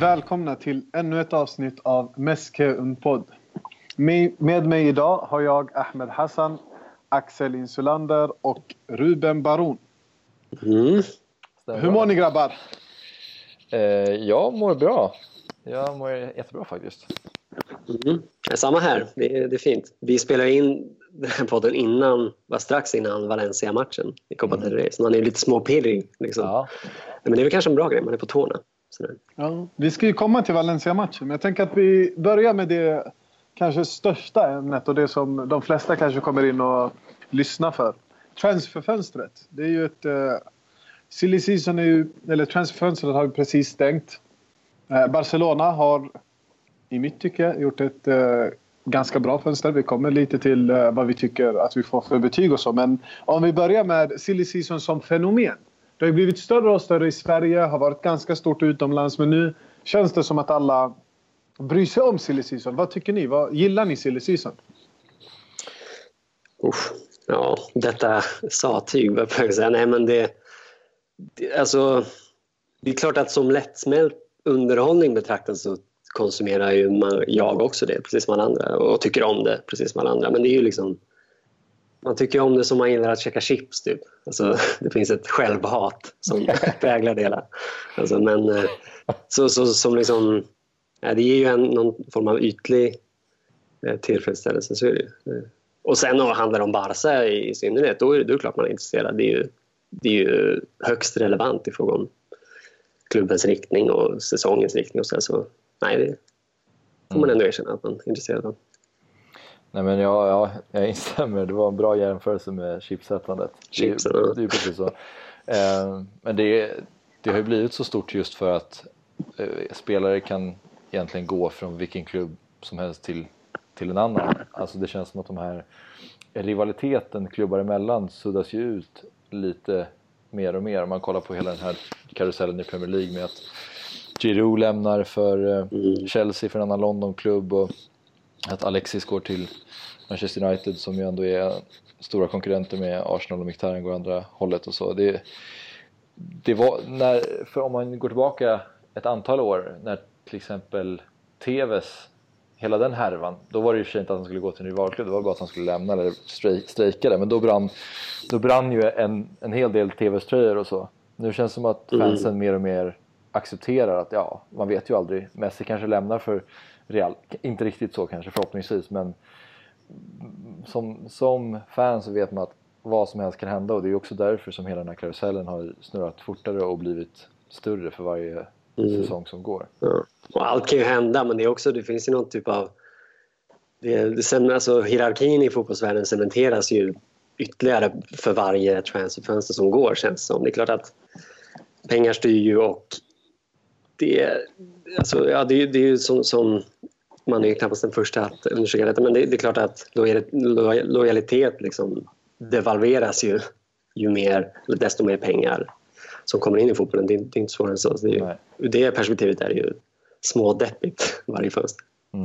välkomna till ännu ett avsnitt av Meske Unpodd. Med mig idag har jag Ahmed Hassan, Axel Insulander och Ruben Baron. Hur mår ni, grabbar? Jag mår bra. Jag mår jättebra faktiskt. Samma här, det är fint. Vi spelar in den här podden strax innan Valencia-matchen i Copa del Rey. Så man är lite småpirrig liksom. Ja. Men det är väl kanske en bra grej, man är på tårna. Ja, vi ska ju komma till Valencia-matchen, men jag tänker att vi börjar med det kanske största ämnet och det som de flesta kanske kommer in och lyssnar för. Transferfönstret. Det är ju ett silly season eller transferfönstret har ju precis stängt. Barcelona har i mitt tycke gjort ett ganska bra fönster. Vi kommer lite till vad vi tycker att vi får för betyg och så, men om vi börjar med silly season som fenomen. Det har blivit större och större i Sverige, har varit ganska stort utomlands, men nu känns det som att alla bryr sig om silly season. Vad tycker ni? Gillar ni silly season? Ja, detta satyg, vad jag säga. Nej, men det är klart att som lättsmält underhållning betraktas så konsumerar ju jag också det, precis som alla andra, och tycker om det precis som alla andra. Men det är ju liksom, man tycker om det som man gillar att käka chips typ. Alltså, det finns ett självhat som präglar det hela. Alltså, men som liksom, det ger ju någon form av ytlig tillfredsställelse, så är det ju. Och sen handlar det om Barca i synnerhet, då är det klart man är intresserad. Det är ju högst relevant i fråga om klubbens riktning och säsongens riktning och så nej, det får man ändå erkänna att man är intresserad av. Nej, men jag instämmer. Det var en bra jämförelse med chipsättandet. Det är ju precis så. Men det har ju blivit så stort just för att spelare kan egentligen gå från vilken klubb som helst till en annan. Alltså det känns som att de här rivaliteten klubbar emellan suddas ju ut lite mer och mer. Om man kollar på hela den här karusellen i Premier League med att Giroud lämnar för Chelsea för en annan Londonklubb och att Alexis går till Manchester United som ju ändå är stora konkurrenter med Arsenal och Mkhitaryan går andra hållet och så. Det var för om man går tillbaka ett antal år när till exempel Tevez, hela den härvan, då var det ju för sig inte att han skulle gå till en rivalklubb, det var bara att han skulle lämna eller strejka det, men då brann ju en hel del Tevez-tröjor och så. Nu känns det som att fansen mer och mer accepterar att man vet ju aldrig, Messi kanske lämnar för Real, inte riktigt så kanske förhoppningsvis, men som fan så vet man att vad som helst kan hända, och det är också därför som hela den här karusellen har snurrat fortare och blivit större för varje säsong som går. Ja. Och allt kan ju hända, men det finns ju någon typ av alltså hierarkin i fotbollsvärlden cementeras ju ytterligare för varje transferfönster som går, känns som. Det är klart att pengar styr ju, och det är ju som man är ju knappast den första att undersöka detta, men det är klart att lojalitet liksom devalveras ju mer, desto mer pengar som kommer in i fotbollen. Det är inte svårare än så. Ur det perspektivet är det ju smådeppigt varje fönster.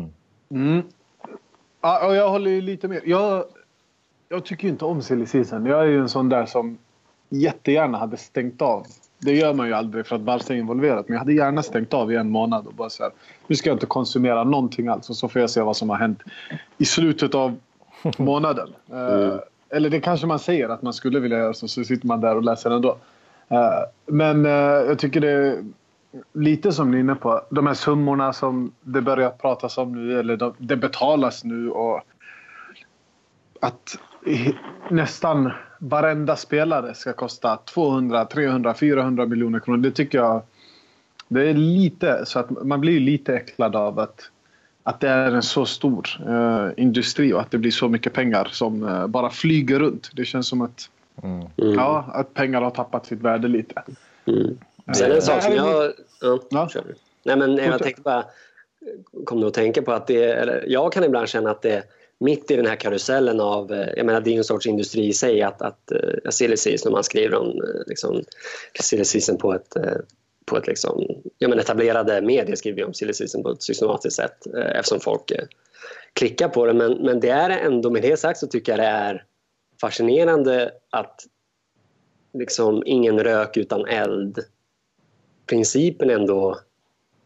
Ja, och jag håller ju lite mer. Jag tycker ju inte om silly season. Jag är ju en sån där som jättegärna hade stängt av. Det gör man ju aldrig för att Barca är involverat. Men jag hade gärna stängt av i en månad och bara så här, nu ska jag inte konsumera någonting alls. Och så får jag se vad som har hänt i slutet av månaden. Eller det kanske man säger att man skulle vilja göra, så sitter man där och läser ändå. Men jag tycker det är lite som ni är inne på. De här summorna som det börjar pratas om nu, eller det betalas nu, och att nästan varenda spelare ska kosta 200, 300, 400 miljoner kronor. Det tycker jag, det är lite så att man blir lite äcklad av att det är en så stor industri och att det blir så mycket pengar som bara flyger runt. Det känns som att att pengar har tappat sitt värde lite. Sen en sak som jag tänkte bara kom att tänka på att jag kan ibland känna att det mitt i den här karusellen av, jag menar det är en sorts industri i sig att silly season, när man skriver om liksom silly season på ett liksom, jag menar etablerade medier skriver ju om silly season på ett systematiskt sätt eftersom folk klickar på det, men det är ändå, med det sagt så tycker jag det är fascinerande att liksom ingen rök utan eld principen ändå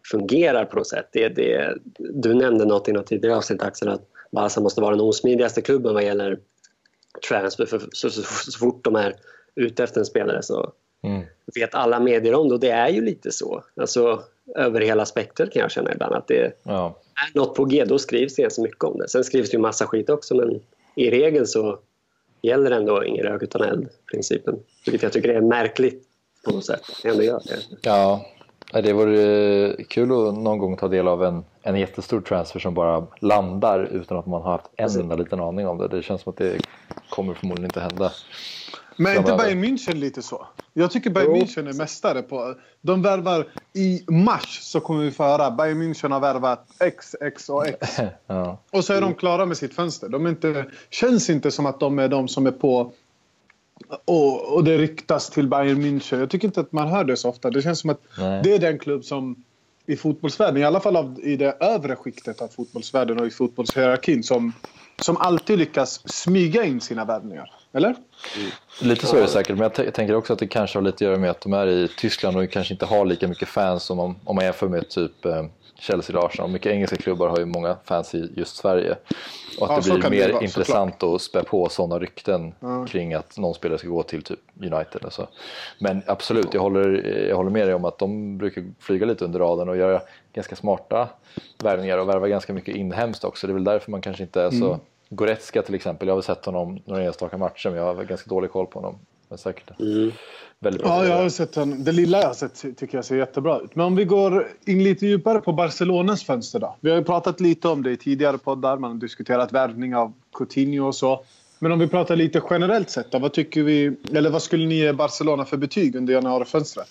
fungerar på något sätt. Du nämnde något i något tidigare avsnitt, Axel, att Barca måste vara den osmidigaste klubben vad gäller transfer. För så fort de är ute efter en spelare så vet alla medier om det. Och det är ju lite så. Alltså, över hela spektrat kan jag känna ibland att det är något på G. Då skrivs det så mycket om det. Sen skrivs det ju massa skit också, men i regel så gäller ändå ingen rök utan eld-principen. Vilket jag tycker är märkligt på något sätt. Jag ändå gör det. Ja, det vore kul att någon gång ta del av en jättestor transfer som bara landar utan att man har haft en enda liten aning om det. Det känns som att det kommer förmodligen inte hända. Men inte Bayern München lite så? Jag tycker Bayern München är mästare på... De värvar i mars, så kommer vi få höra. Bayern München har värvat X och X. Ja. Och så är de klara med sitt fönster. De känns inte som att de är de som är på... Och det ryktas till Bayern München. Jag tycker inte att man hör det så ofta. Det känns som att det är den klubb som i fotbollsvärlden, i alla fall i det övre skiktet av fotbollsvärlden och i fotbollshierarkin, som alltid lyckas smyga in sina värvningar. Eller? Lite så är det säkert, men jag tänker också att det kanske har lite att göra med att de är i Tyskland och kanske inte har lika mycket fans som om man jämför med typ Chelsea, Arsenal. Mycket engelska klubbar har ju många fans i just Sverige. Och att det blir mer intressant att spä på sådana rykten kring att någon spelare ska gå till typ United. Alltså. Men absolut, jag håller med dig om att de brukar flyga lite under raden och göra ganska smarta värvningar och värva ganska mycket inhemskt också. Det är väl därför man kanske inte är så... Goretzka till exempel, jag har sett honom några enstaka matcher, men jag har ganska dålig koll på honom. Men säkert väldigt bra. Ja, jag har sett honom. Det lilla jag har sett tycker jag ser jättebra ut. Men om vi går in lite djupare på Barcelonas fönster då. Vi har ju pratat lite om det i tidigare poddar. Man har diskuterat värvning av Coutinho och så. Men om vi pratar lite generellt sett då, vad tycker vi, eller vad skulle ni ge Barcelona för betyg under januarifönstret?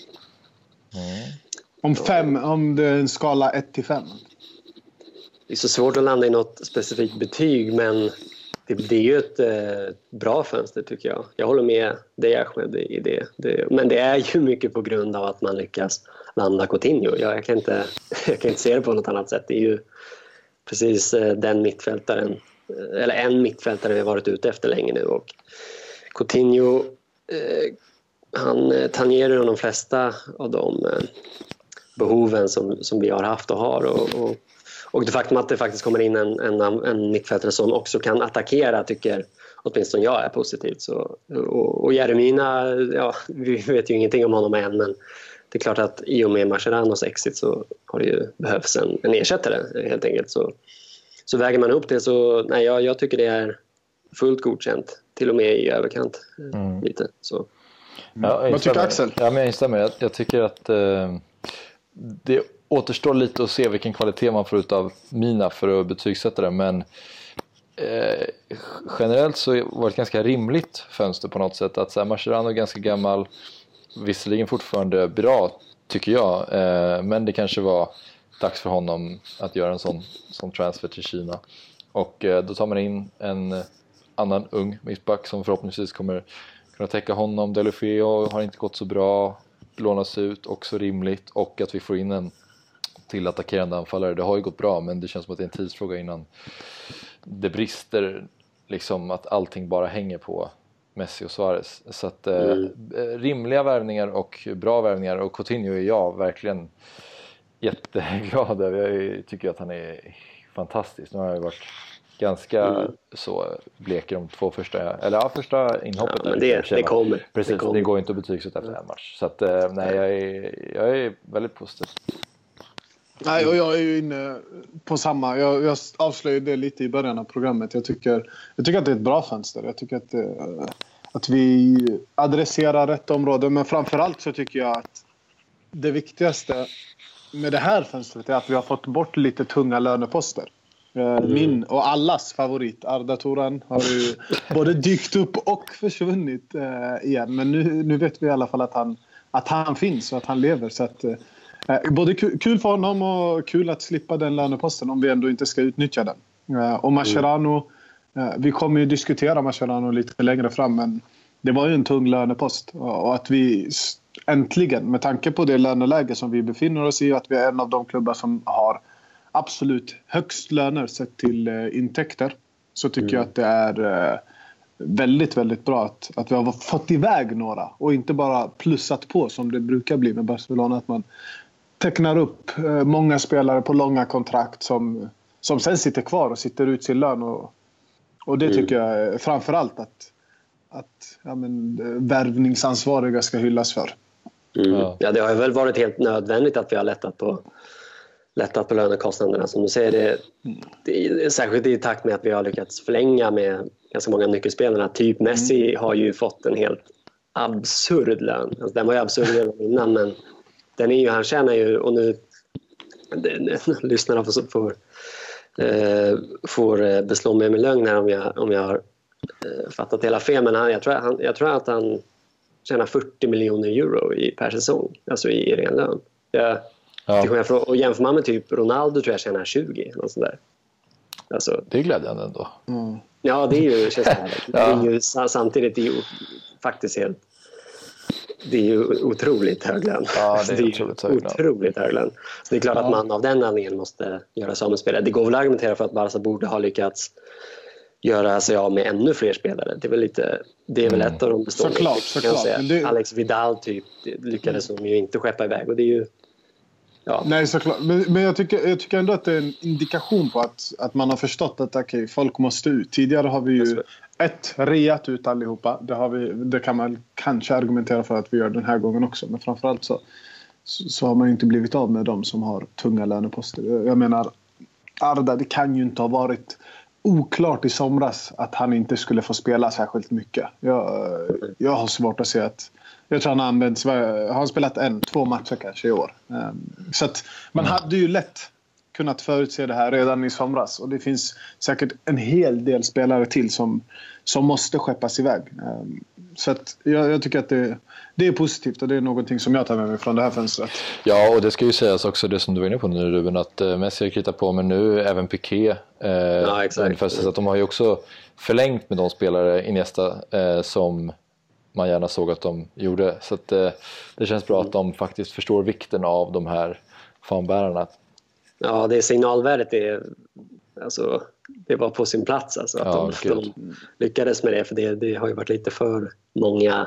Om det är en skala 1-5. Det är så svårt att landa i något specifikt betyg, men det är ju ett bra fönster tycker jag. Jag håller med dig, Ahmed, i det. Men det är ju mycket på grund av att man lyckas landa Coutinho. Jag kan inte se det på något annat sätt. Det är ju precis den mittfältaren, eller en mittfältare vi har varit ute efter länge nu. Och Coutinho, han tangerar de flesta av de behoven som vi har haft och har. Och det faktum att det faktiskt kommer in en mittfältare som också kan attackera tycker åtminstone jag är positivt. Så, och Jeremina, ja, vi vet ju ingenting om honom än, men det är klart att i och med Mascherano's exit så har det ju behövts en ersättare helt enkelt. Så väger man upp det så, nej, jag tycker det är fullt godkänt, till och med i överkant lite. Så. Ja, vad tycker Axel? Ja, men jag instämmer. Jag tycker att det återstår lite att se vilken kvalitet man får ut av Mina för att betygsätta det, men generellt så var det ett ganska rimligt fönster på något sätt. Att Mascherano är ganska gammal, visserligen fortfarande bra tycker jag, men det kanske var dags för honom att göra en sån transfer till Kina. Och då tar man in en annan ung mittback som förhoppningsvis kommer kunna täcka honom. Deulofeu har inte gått så bra, lånas ut, också rimligt, och att vi får in en till attackerande anfallare. Det har ju gått bra, men det känns som att det är en tidsfråga innan det brister, liksom att allting bara hänger på Messi och Suarez. Så att rimliga värvningar och bra värvningar, och Coutinho är jag verkligen jätteglad över. Jag tycker att han är fantastisk. Nu har jag varit ganska så bleker de två första inhoppet. Ja, men det kommer. Precis, det går inte att betygsätta efter en match. Så att nej, jag är väldigt positiv. Nej, och jag är ju inne på samma. Jag avslöjade det lite i början av programmet. Jag tycker att det är ett bra fönster. Jag tycker att vi adresserar rätt områden. Men framförallt så tycker jag att det viktigaste med det här fönstret är att vi har fått bort lite tunga löneposter. Min och allas favorit Arda Turan har ju både dykt upp och försvunnit igen. Men nu vet vi i alla fall att han finns och att han lever. Så att både kul för honom och kul att slippa den löneposten om vi ändå inte ska utnyttja den. Och Mascherano, vi kommer ju diskutera Mascherano lite längre fram, men det var ju en tung lönepost. Och att vi äntligen, med tanke på det löneläge som vi befinner oss i, att vi är en av de klubbar som har absolut högst löner sett till intäkter, så tycker jag att det är väldigt, väldigt bra att vi har fått iväg några och inte bara plussat på som det brukar bli med Barcelona, att man tecknar upp många spelare på långa kontrakt som sen sitter kvar och sitter ut sin lön. Och det tycker jag framförallt att värvningsansvariga ska hyllas för. Ja, det har ju väl varit helt nödvändigt att vi har lättat på lönekostnaderna. Som du säger, det är särskilt i takt med att vi har lyckats förlänga med ganska många nyckelspelare. Typ Messi har ju fått en helt absurd lön. Alltså, den var ju absurd redan innan, men han tjänar ju, och nu lyssnarna får beslå mig med lögn här om jag har fattat hela fel, men jag tror att han tjänar 40 miljoner euro per säsong, alltså i ren lön. Och jämför man med typ Ronaldo tror jag tjänar 20 något sånt där. Alltså, det är glädjande ändå. Ja, det är ju känns det är ju samtidigt det är ju faktiskt helt, det är ju otroligt hög lön. Ja, det är otroligt hög lön. Så det är klart att man av den anledningen måste göra sig av med spelare. Det går väl att argumentera för att Barca borde ha lyckats göra sig av med ännu fler spelare. Det är väl ett av de bestående. Såklart. Alex Vidal typ lyckades de ju inte skeppa iväg, och det är ju Nej, såklart. Men jag tycker ändå att det är en indikation på att man har förstått att folk måste ut. Tidigare har vi ju reat ut allihopa. Det kan man kanske argumentera för att vi gör den här gången också. Men framförallt så har man ju inte blivit av med dem som har tunga löneposter. Jag menar, Arda, det kan ju inte ha varit oklart i somras att han inte skulle få spela särskilt mycket. Jag har svårt att se att... Jag tror han har spelat 1-2 matcher kanske i år. Så att man hade ju lätt kunnat förutse det här redan i somras. Och det finns säkert en hel del spelare till som måste skeppas iväg. Så att jag tycker att det är positivt, och det är någonting som jag tar med mig från det här fönstret. Ja, och det ska ju sägas också, det som du var inne på nu, Ruben, att Messi har kritat på, men nu även Piqué. Exakt. Så att de har ju också förlängt med de spelare Iniesta som man gärna såg att de gjorde. Så att det känns bra att de faktiskt förstår vikten av de här fanbärarna. Ja, det signalvärdet det var på sin plats alltså, att de lyckades med det, för det har ju varit lite för många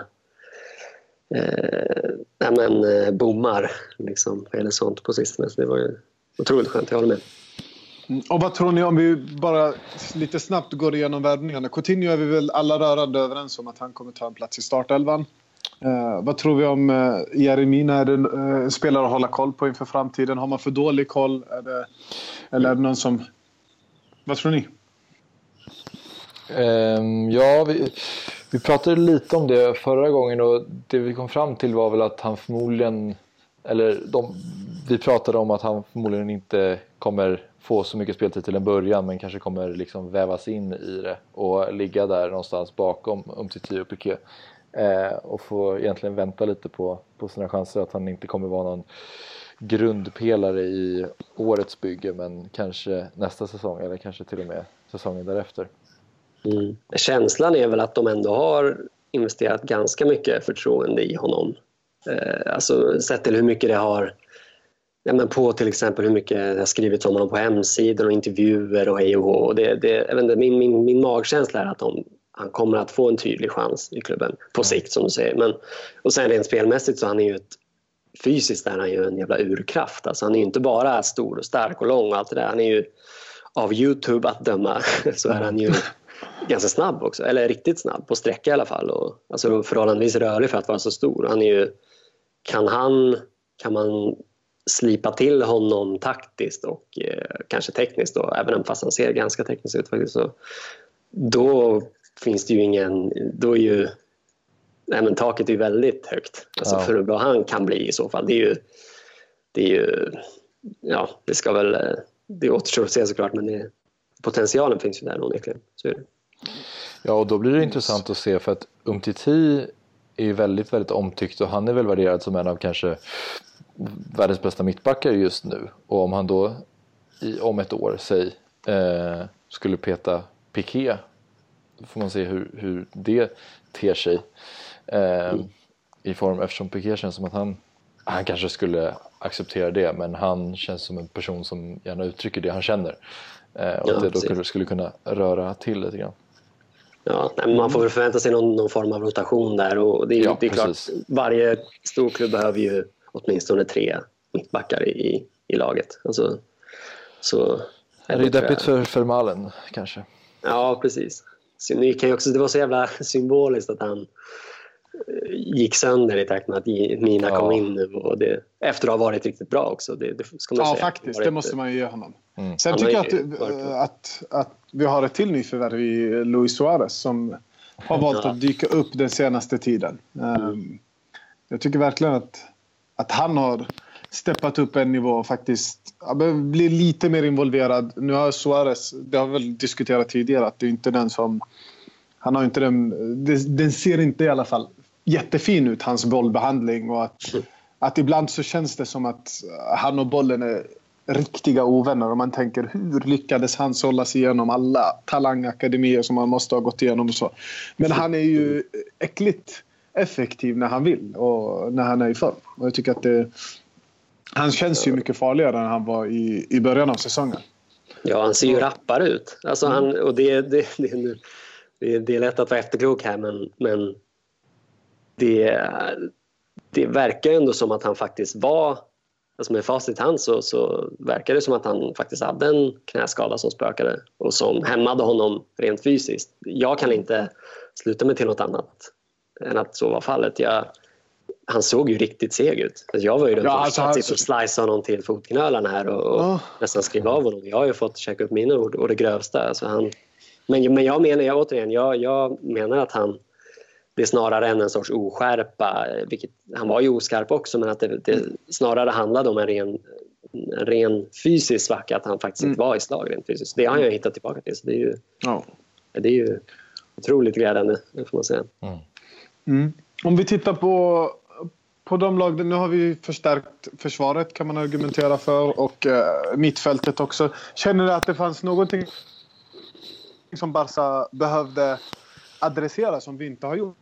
bommar liksom, eller sånt på sistone, så det var ju otroligt skönt, jag håller med. Och vad tror ni, om vi bara lite snabbt går igenom värvningarna? Coutinho är vi väl alla rörande överens om att han kommer ta en plats i startelvan. Vad tror vi om Jeremina? Är det spelare att hålla koll på inför framtiden? Har man för dålig koll? Eller är det någon som... Vad tror ni? Vi pratade lite om det förra gången, och det vi kom fram till var väl att han förmodligen... vi pratade om att han förmodligen inte kommer få så mycket speltid till en början, men kanske kommer liksom vävas in i det och ligga där någonstans bakom Umtiti och Piqué. Och få egentligen vänta lite på sina chanser, att han inte kommer vara någon grundpelare i årets bygge, men kanske nästa säsong eller kanske till och med säsongen därefter. Känslan är väl att de ändå har investerat ganska mycket förtroende i honom. Alltså sett till hur mycket det har på till exempel hur mycket det har skrivits om honom på hemsidor och intervjuer och hej och hå. Och jag vet inte, min magkänsla är att han kommer att få en tydlig chans i klubben på sikt, som du säger. Och sen rent spelmässigt så han är ju fysiskt är han ju en jävla urkraft. Alltså han är ju inte bara stor och stark och lång och allt det där. Han är ju, av YouTube att döma, så är han ju ganska snabb också. Eller riktigt snabb, på sträcka i alla fall. Och, alltså förhållandevis rörlig för att vara så stor. Han är ju, kan man slipa till honom taktiskt och kanske tekniskt då, även om fast han ser ganska tekniskt ut faktiskt, så då finns det ju men taket är ju väldigt högt, alltså för hur bra han kan bli i så fall. Det är ju det ska väl, det återstår att se såklart, men potentialen finns ju där onekligen, så är det. Ja, och då blir det intressant att se, för att Umtiti är ju väldigt, väldigt omtyckt, och han är väl värderad som en av kanske världens bästa mittbackar just nu. Och om han då om ett år skulle peta Piqué, då får man se hur det ter sig i form, eftersom Piqué känns som att han kanske skulle acceptera det, men han känns som en person som gärna uttrycker det han känner, och att det då skulle kunna röra till lite grann. Ja, man får väl förvänta sig någon form av rotation där, och det är klart, varje storklubb behöver ju åtminstone 3 mittbackar i laget. Alltså, så är det deppigt för Malen kanske? Ja, precis. Så det var så jävla symboliskt att han gick sönder i takt med att Mina kom in nu, och det, efter att ha varit riktigt bra också. Det ska man säga. Faktiskt, det måste man ju ge honom. Sen tycker jag att vi har ett till nyförvärv i Luis Suarez som har valt att dyka upp den senaste tiden. Jag tycker verkligen att han har steppat upp en nivå och faktiskt blir lite mer involverad. Nu har Suarez, det har väl diskuterat tidigare, att det är inte den som... Han har inte den ser inte i alla fall jättefin ut, hans bollbehandling, och att ibland så känns det som att han och bollen är riktiga ovänner, och man tänker, hur lyckades han sålla sig igenom alla talangakademier som han måste ha gått igenom och så. Men han är ju äckligt effektiv när han vill och när han är i form, och jag tycker att han känns ju mycket farligare än han var i början av säsongen. Ja, han ser ju rappare ut. Alltså och det är lätt att vara efterklok här, men det verkar ändå som att han faktiskt var, alltså med facit i hand så verkar det som att han faktiskt hade en knäskada som spökade och som hämmade honom rent fysiskt. Jag kan inte sluta mig till något annat än att så var fallet. Han såg ju riktigt seg ut. Alltså jag var ju den första att slice honom till fotknölarna här och nästan skriva av honom. Jag har ju fått checka upp mina ord och det grövsta. Alltså men jag menar att det är snarare än en sorts oskärpa, vilket han var ju oskarp också, men att det snarare handlade om en ren fysisk svacka, att han faktiskt inte var i slag rent fysiskt. Det har jag hittat tillbaka till, så det är ju otroligt glädjande, får man säga. Om vi tittar på de lag, nu har vi förstärkt försvaret, kan man argumentera för, och mittfältet också. Känner du att det fanns någonting som Barca behövde adressera som vi inte har gjort?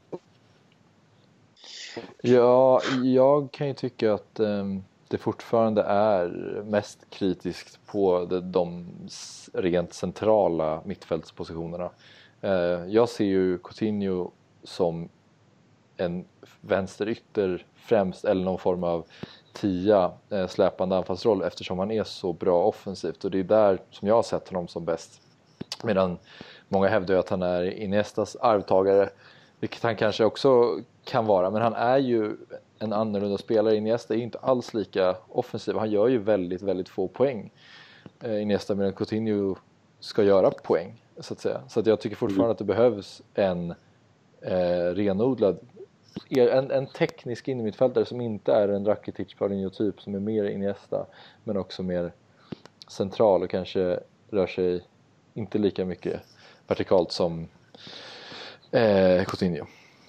Ja, jag kan ju tycka att det fortfarande är mest kritiskt på de rent centrala mittfältspositionerna. Jag ser ju Coutinho som en vänsterytter främst, eller någon form av 10 släpande anfallsroll, eftersom han är så bra offensivt, och det är där som jag har sett honom som bäst. Medan många hävdar att han är Iniestas arvtagare, vilket han kanske också kan vara, men han är ju en annorlunda spelare. Iniesta är inte alls lika offensiv, han gör ju väldigt, väldigt få poäng, Iniesta, medan Coutinho ska göra poäng, så att säga. Så att jag tycker fortfarande att det behövs en renodlad, en teknisk innermittfältare som inte är en Rakitic, Paulinho-typ, som är mer Iniesta men också mer central och kanske rör sig inte lika mycket vertikalt som Coutinho.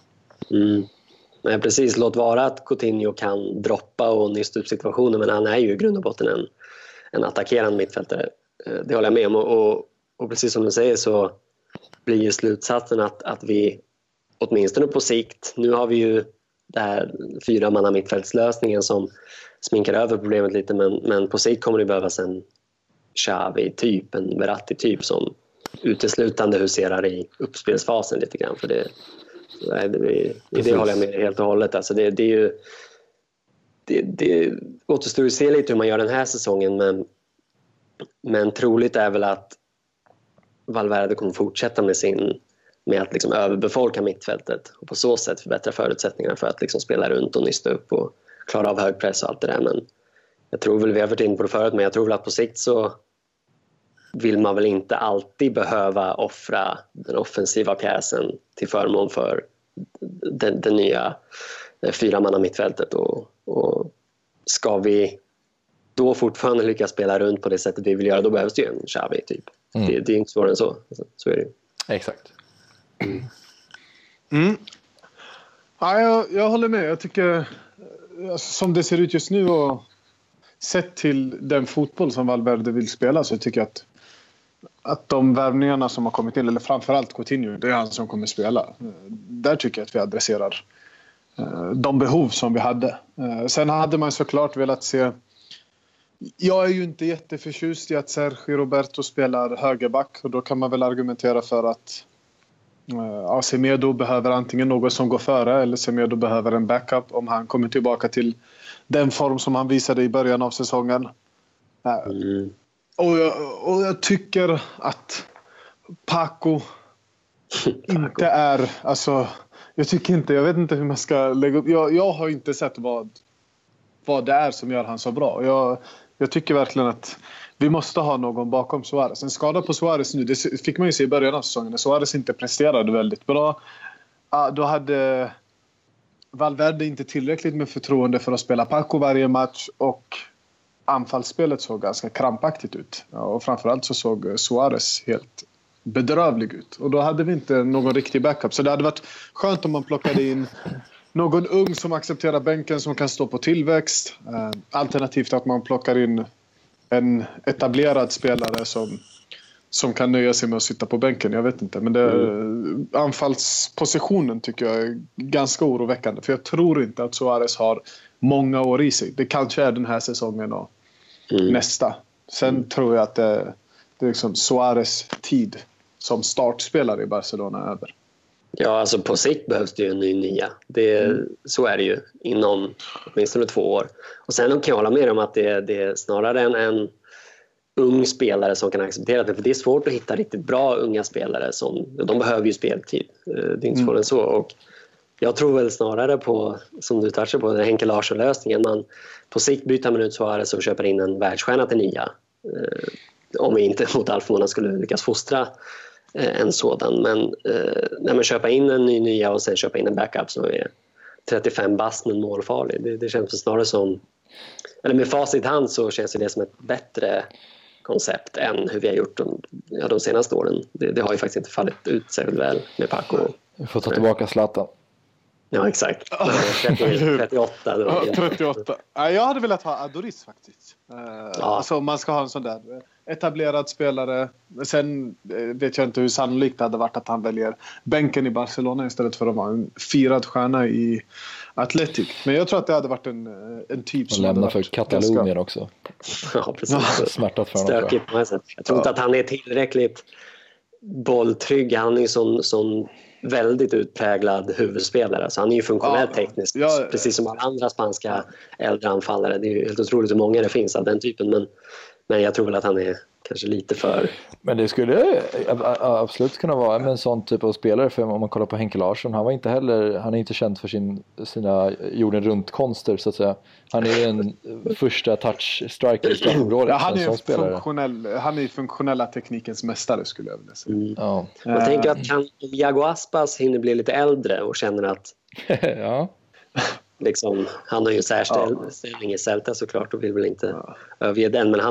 Nej, precis. Låt vara att Coutinho kan droppa och nysta upp situationer, men han är ju i grund och botten en attackerande mittfältare. Det håller jag med om, och precis som du säger så blir ju slutsatsen att vi åtminstone på sikt, nu har vi ju det här 4-manna mittfältslösningen som sminkar över problemet lite, men på sikt kommer det behövas en Xavi-typ, en Verratti-typ som uteslutande huserar i uppspelsfasen lite grann, för det håller jag med helt och hållet. Alltså det återstår att se lite hur man gör den här säsongen, men troligt är väl att Valverde kommer fortsätta med att liksom överbefolka mittfältet och på så sätt förbättra förutsättningarna för att liksom spela runt och nysta upp och klara av hög press och allt det där. Men jag tror väl, vi har varit in på det förut, men jag tror väl att på sikt så vill man väl inte alltid behöva offra den offensiva pjäsen till förmån för den nya 4-manna mittfältet, och ska vi då fortfarande lyckas spela runt på det sättet vi vill göra, då behövs det ju en Xavi typ. Det är inte svårare än så. Så är det ju. Exakt. Ja, jag håller med. Jag tycker, som det ser ut just nu och sett till den fotboll som Valverde vill spela, så tycker jag att de värvningarna som har kommit in, eller framförallt Coutinho, det är han som kommer spela. Där tycker jag att vi adresserar de behov som vi hade. Sen hade man såklart velat se... Jag är ju inte jätteförtjust i att Sergio Roberto spelar högerback, och då kan man väl argumentera för att Semedo behöver antingen någon som går före eller Semedo behöver en backup om han kommer tillbaka till den form som han visade i början av säsongen. Och jag tycker att Paco inte är... Alltså, jag vet inte hur man ska lägga upp. Jag har inte sett vad det är som gör han så bra. Jag tycker verkligen att vi måste ha någon bakom Suarez. En skada på Suarez nu, det fick man ju se i början av säsongen. När Suarez inte presterade väldigt bra, då hade Valverde inte tillräckligt med förtroende för att spela Paco varje match, och anfallsspelet såg ganska krampaktigt ut. Och framförallt så såg Suarez helt bedrövlig ut. Och då hade vi inte någon riktig backup. Så det hade varit skönt om man plockade in någon ung som accepterar bänken, som kan stå på tillväxt. Alternativt att man plockar in en etablerad spelare som kan nöja sig med att sitta på bänken. Jag vet inte. Men anfallspositionen tycker jag är ganska oroväckande. För jag tror inte att Suarez har många år i sig. Det kanske är den här säsongen och nästa. Sen tror jag att det är liksom Suarez tid som startspelare i Barcelona över. Ja, alltså på sikt behövs det ju en ny nia. Så är det ju inom åtminstone 2 år. Och sen kan jag hålla med om att det är snarare en ung spelare som kan acceptera det. För det är svårt att hitta riktigt bra unga spelare. De behöver ju speltid. Det är inte svårare än så. Och jag tror väl snarare på, som du touchar på, den Henke Larsson-lösningen. Man på sikt byter man ut Suarez och köper in en världsstjärna till nia. Om vi inte mot all förmodan skulle lyckas fostra en sådan. Men när man köper in en ny nia och sen köper in en backup som är 35 bast men målfarlig. Det känns snarare som, eller med facit i hand så känns det som ett bättre koncept än hur vi har gjort de senaste åren. Det har ju faktiskt inte fallit ut särskilt väl med Paco. Vi får ta tillbaka Zlatan. Ja, exakt. 38. Då. 38. Jag hade velat ha Adoris faktiskt. Alltså man ska ha en sån där etablerad spelare. Sen vet jag inte hur sannolikt det hade varit att han väljer bänken i Barcelona istället för att vara en firad stjärna i Athletic. Men jag tror att det hade varit en typ som lämna för Katalonien också. Ja, precis. Smärtat för honom. Jag tror inte att han är tillräckligt bolltrygg. Han är ju sån väldigt utpräglad huvudspelare. Så han är ju funktionellt tekniskt. Precis som alla andra spanska äldre anfallare. Det är ju helt otroligt hur många det finns av den typen. Men jag tror väl att han är kanske lite för... Men det skulle absolut kunna vara en sån typ av spelare. För om man kollar på Henke Larsson, han är inte känd för sina jorden runt konster så att säga. Han är en första touch-striker i straffområdet. Ja, han är funktionella teknikens mästare skulle jag vilja säga. Ja. Jag tänker att om Iago Aspas hinner bli lite äldre och känner att ja. Liksom, han har ju särställning i Celta såklart och vill väl inte överge den, men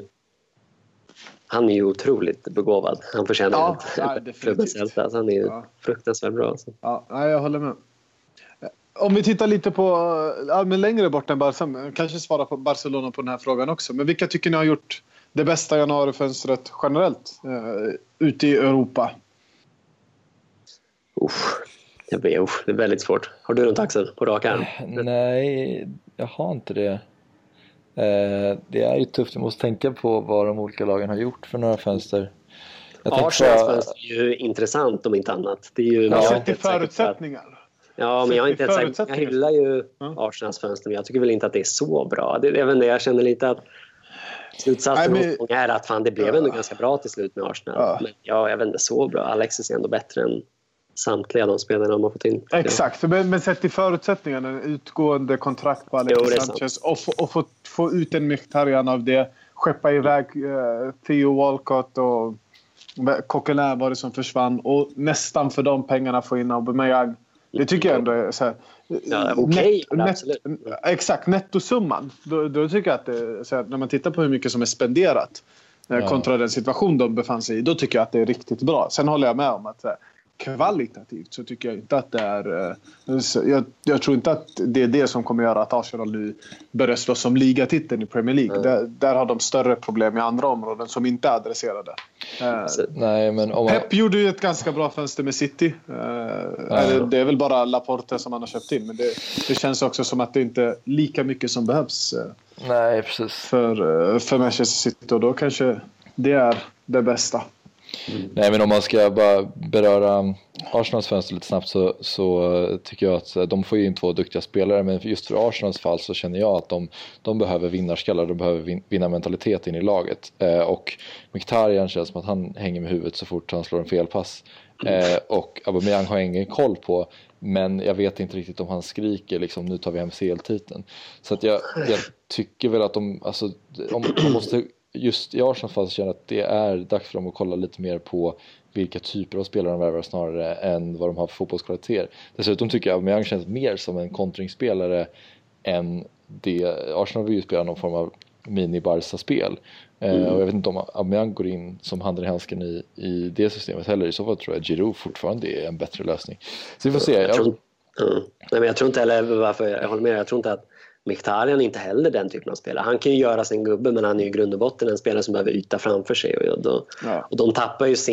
han är ju otroligt begåvad. Han förtjänar klubben Celta, så han är ju fruktansvärt bra. Så. Ja, jag håller med. Om vi tittar lite på men längre bort än Barcelona, kanske svara på Barcelona på den här frågan också. Men vilka tycker ni har gjort det bästa januarifönstret generellt ute i Europa? Det är väldigt svårt. Har du något, Axel, på rak arm? Nej, jag har inte det. Det är ju tufft. Jag måste tänka på vad de olika lagen har gjort för några fönster. Arsenals fönster är ju intressant om inte annat. Det är ju till förutsättningar. Ja, men jag är inte helt säker. Jag hyllar ju Arsenals fönster, men jag tycker väl inte att det är så bra. Jag känner lite att slutsatsen är att det blev ändå ganska bra till slut med Arsenal. Men jag vet inte, så bra. Alexis är ändå bättre än samtliga de spelarna de har fått in. Exakt, men sett till förutsättningarna, en utgående kontrakt på Alexis Sanchez och få ut en Mkhitaryan av det, skeppa iväg Theo Walcott och Coquelin var det som försvann och nästan för de pengarna få in Aubameyang. Det tycker jag ändå är så här, absolut. Exakt, nettosumman. Då tycker jag att det, så här, när man tittar på hur mycket som är spenderat kontra den situation de befann sig i, då tycker jag att det är riktigt bra. Sen håller jag med om att kvalitativt så tycker jag inte att det är... Jag tror inte att det är det som kommer göra att Arsenal nu börjar slåss som ligatiteln i Premier League. Där har de större problem i andra områden som inte är adresserade. Nej, men Pep gjorde ju ett ganska bra fönster med City. Det är väl bara Laporte som han har köpt in. Men det känns också som att det inte är lika mycket som behövs. Nej, precis. För Manchester City. Och då kanske det är det bästa. Nej, men om man ska bara beröra Arsenals fönster lite snabbt så tycker jag att de får ju in 2 duktiga spelare, men just för Arsenals fall så känner jag att de behöver vinnarskallar, de behöver vinnarmentalitet in i laget. Och Mkhitaryan känns som att han hänger med huvudet så fort han slår en felpass. Och Aubameyang har ingen koll på, men jag vet inte riktigt om han skriker liksom, nu tar vi hem CL-titeln. Så att jag tycker väl att om man måste, just i Arsenals fall så känner jag att det är dags för dem att kolla lite mer på vilka typer av spelare de värvar snarare än vad de har för fotbollskvaliteter. Dessutom tycker jag att Aubameyang känns mer som en kontringsspelare än det. Arsenal vill ju spela någon form av mini-Barca-spel. Och jag vet inte om Aubameyang går in som handen i handsken i det systemet heller. I så fall tror jag att Giroud fortfarande är en bättre lösning. Så vi får se. Jag tror inte heller, varför jag håller med, jag tror inte att Mkhitaryan inte heller den typen av spelare. Han kan ju göra sin gubbe, men han är ju i grund och botten en spelare som behöver yta framför sig. Och de tappar ju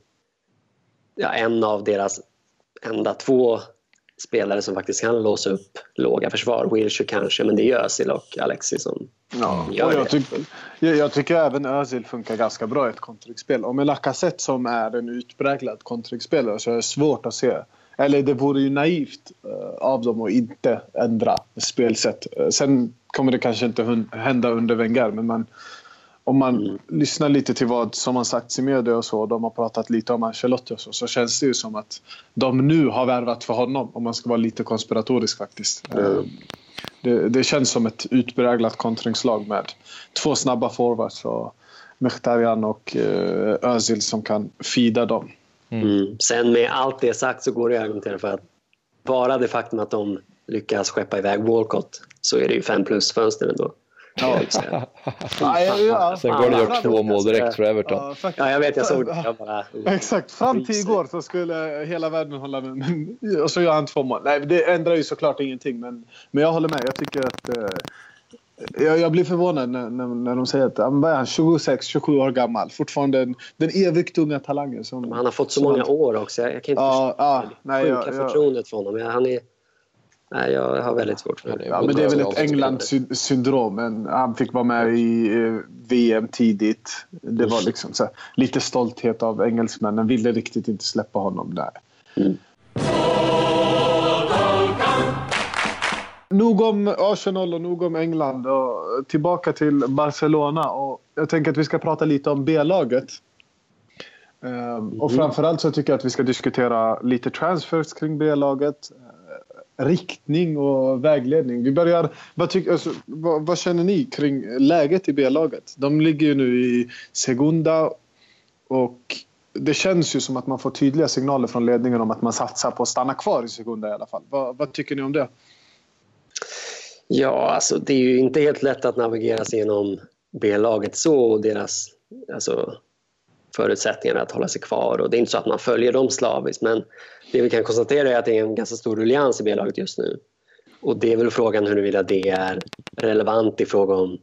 en av deras enda 2 spelare som faktiskt kan låsa upp låga försvar. Wilshere kanske, men det är Özil och Alexis som gör det. Jag tycker även Özil funkar ganska bra i ett kontringsspel. Och med Lacazette som är en utpräglad kontringsspelare så är det svårt att se. Eller det vore ju naivt av dem att inte ändra spelsätt. Sen kommer det kanske inte hända under Wenger, men om man lyssnar lite till vad som har sagts i media och så, de har pratat lite om Ancelotti och så känns det ju som att de nu har värvat för honom, om man ska vara lite konspiratorisk faktiskt. Det känns som ett utpräglat kontringslag med 2 snabba forwards och Mkhitaryan och Özil som kan fida dem. Sen med allt det sagt så går det att argumentera för att bara det faktum att de lyckas skeppa iväg Walcott så är det ju 5+ fönster ändå. Ja. Sen går det gjort 2 mål direkt för Everton. Ja, jag vet, jag såg det. Exakt, fram till igår så skulle hela världen hålla med. Och så gör han 2 mål. Nej, det ändrar ju såklart ingenting. Men jag håller med, jag tycker att jag blir förvånad när de säger att han är 26-27 år gammal. Fortfarande den evigt unga talangen. Som, han har fått så många år också. Jag kan inte förstå förtroendet för honom. Han är... Nej, jag har väldigt svårt för det. Men det är väl ett England-syndrom. Men han fick vara med i VM tidigt. Det var liksom så här, lite stolthet av engelsmännen. Ville riktigt inte släppa honom där. Nog om Arsenal och nog om England. Och tillbaka till Barcelona. Och jag tänker att vi ska prata lite om B-laget. Och framförallt så tycker jag att vi ska diskutera lite transfers kring B-laget. Riktning och vägledning. Vi börjar, vad känner ni kring läget i B-laget? De ligger ju nu i Segunda och det känns ju som att man får tydliga signaler från ledningen om att man satsar på att stanna kvar i Segunda i alla fall. Vad tycker ni om det? Ja, alltså det är ju inte helt lätt att navigera sig genom B-laget så och deras förutsättningar att hålla sig kvar, och det är inte så att man följer dem slaviskt, men det vi kan konstatera är att det är en ganska stor ruljans i B-laget just nu, och det är väl frågan huruvida det är relevant i fråga om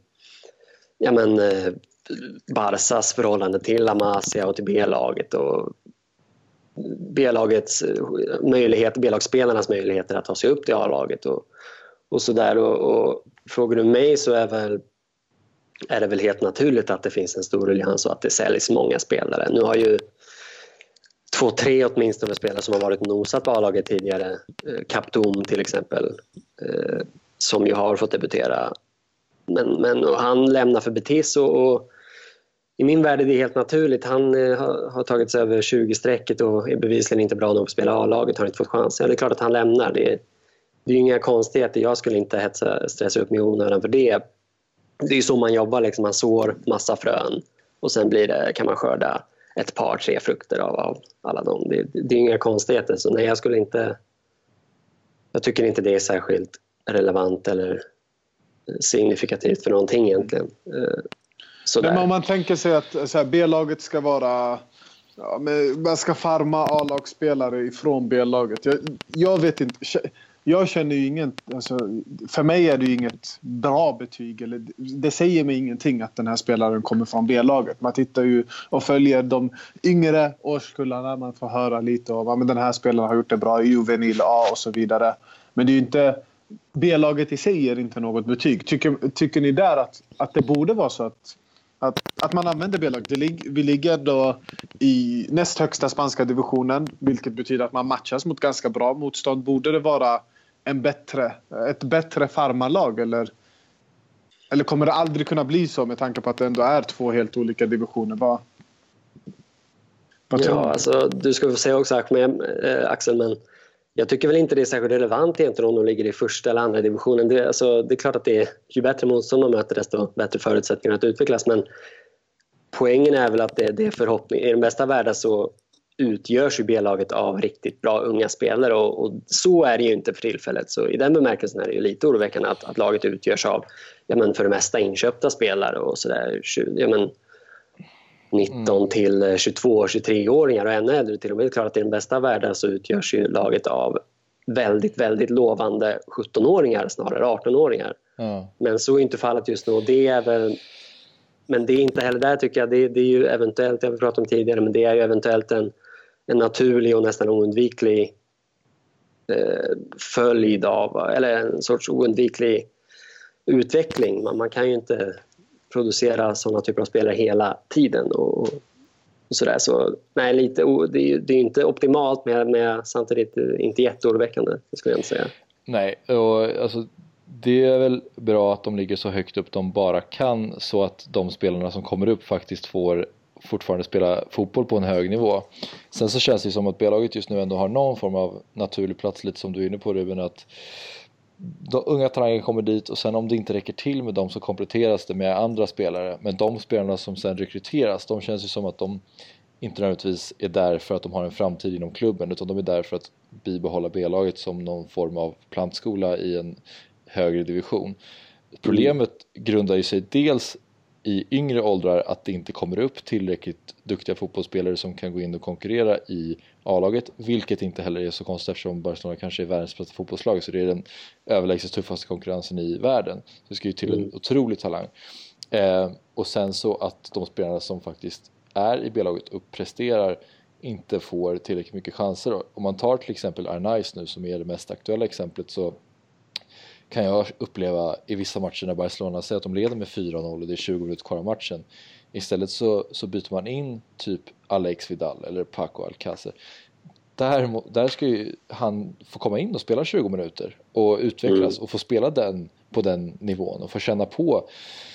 Barças förhållande till La Masia och till B-laget och B-lagets möjlighet, B-lagsspelarnas möjligheter att ta sig upp till A-laget och sådär, och frågar du mig så är det väl helt naturligt att det finns en stor ruljans och att det säljs många spelare. Nu har ju 2-3 åtminstone spelare som har varit nosat på A-laget tidigare, Kaptom till exempel, som ju har fått debutera. Men han lämnar för Betis och i min värld är det helt naturligt. Han har tagit sig över 20-strecket och är bevisligen inte bra nog att spela A-laget, har inte fått chansen. Det är klart att han lämnar. Det är ju inga konstigheter. Jag skulle inte stressa upp mig i onödan för det. Det är ju så man jobbar, liksom. Man sår massa frön och sen kan man skörda ett par, 3 frukter av alla dem. Det är inga konstigheter. Så nej, jag tycker inte det är särskilt relevant eller signifikativt för någonting egentligen. Men om man tänker sig att så här, B-laget ska vara... Ja, man ska farma A-lagsspelare ifrån B-laget. Jag vet inte... Jag känner ju ingen, alltså, för mig är det ju inget bra betyg, eller det säger mig ingenting att den här spelaren kommer från B-laget. Man tittar ju och följer de yngre årskullarna, man får höra lite om men den här spelaren har gjort det bra i juvenil A och så vidare. Men det är ju inte, B-laget i sig är inte något betyg. Tycker ni där att det borde vara så att Att man använder B-lag. Vi ligger då i näst högsta spanska divisionen, vilket betyder att man matchas mot ganska bra motstånd. Borde det vara ett bättre farmarlag eller kommer det aldrig kunna bli så med tanke på att det ändå är 2 helt olika divisioner? Alltså, du ska få säga också Axel, men jag tycker väl inte det är särskilt relevant egentligen om de ligger i första eller andra divisionen. Det är klart att ju bättre motstånd de möter desto bättre förutsättningar att utvecklas, men poängen är väl att det är förhoppning. I den bästa världen så utgörs ju B-laget av riktigt bra unga spelare och så är det ju inte för tillfället. Så i den bemärkelsen är det ju lite oroväckande att laget utgörs av för det mesta inköpta spelare och sådär 19 till 22-23-åringar och ännu äldre till och med. Det är klart att i den bästa världen så utgörs ju laget av väldigt, väldigt lovande 17-åringar snarare 18-åringar. Men så är inte fallet just nu. Men det är inte heller där tycker jag. Det är ju eventuellt, jag har pratat om tidigare, men det är ju eventuellt en naturlig och nästan oundviklig följd av, eller en sorts oundviklig utveckling. Man kan ju inte producera sådana typer av spelare hela tiden och sådär. Så nej, det är inte optimalt men samtidigt inte jätteoroväckande, skulle jag inte säga. Nej, och alltså det är väl bra att de ligger så högt upp de bara kan, så att de spelarna som kommer upp faktiskt får fortfarande spela fotboll på en hög nivå. Sen så känns det som att B-laget just nu ändå har någon form av naturlig plats, lite som du är inne på, Ruben, att de unga talanger kommer dit och sen om det inte räcker till med dem så kompletteras det med andra spelare. Men de spelarna som sen rekryteras, de känns ju som att de inte nödvändigtvis är där för att de har en framtid inom klubben, utan de är där för att bibehålla B-laget som någon form av plantskola i en högre division. Problemet grundar ju sig dels i yngre åldrar att det inte kommer upp tillräckligt duktiga fotbollsspelare som kan gå in och konkurrera i A-laget, vilket inte heller är så konstigt eftersom Barcelona kanske är världens bästa fotbollslag, så det är den överlägset tuffaste konkurrensen i världen. Så det ska ju till en otrolig talang. Och sen så att de spelarna som faktiskt är i B-laget och presterar inte får tillräckligt mycket chanser. Om man tar till exempel Arnaiz nu som är det mest aktuella exemplet, så kan jag uppleva i vissa matcher när Barcelona säger att de leder med 4-0 och det är 20 minuter kvar av matchen. Istället så byter man in typ Alex Vidal eller Paco Alcácer. Där ska ju han få komma in och spela 20 minuter och utvecklas och få spela på den nivån och få känna på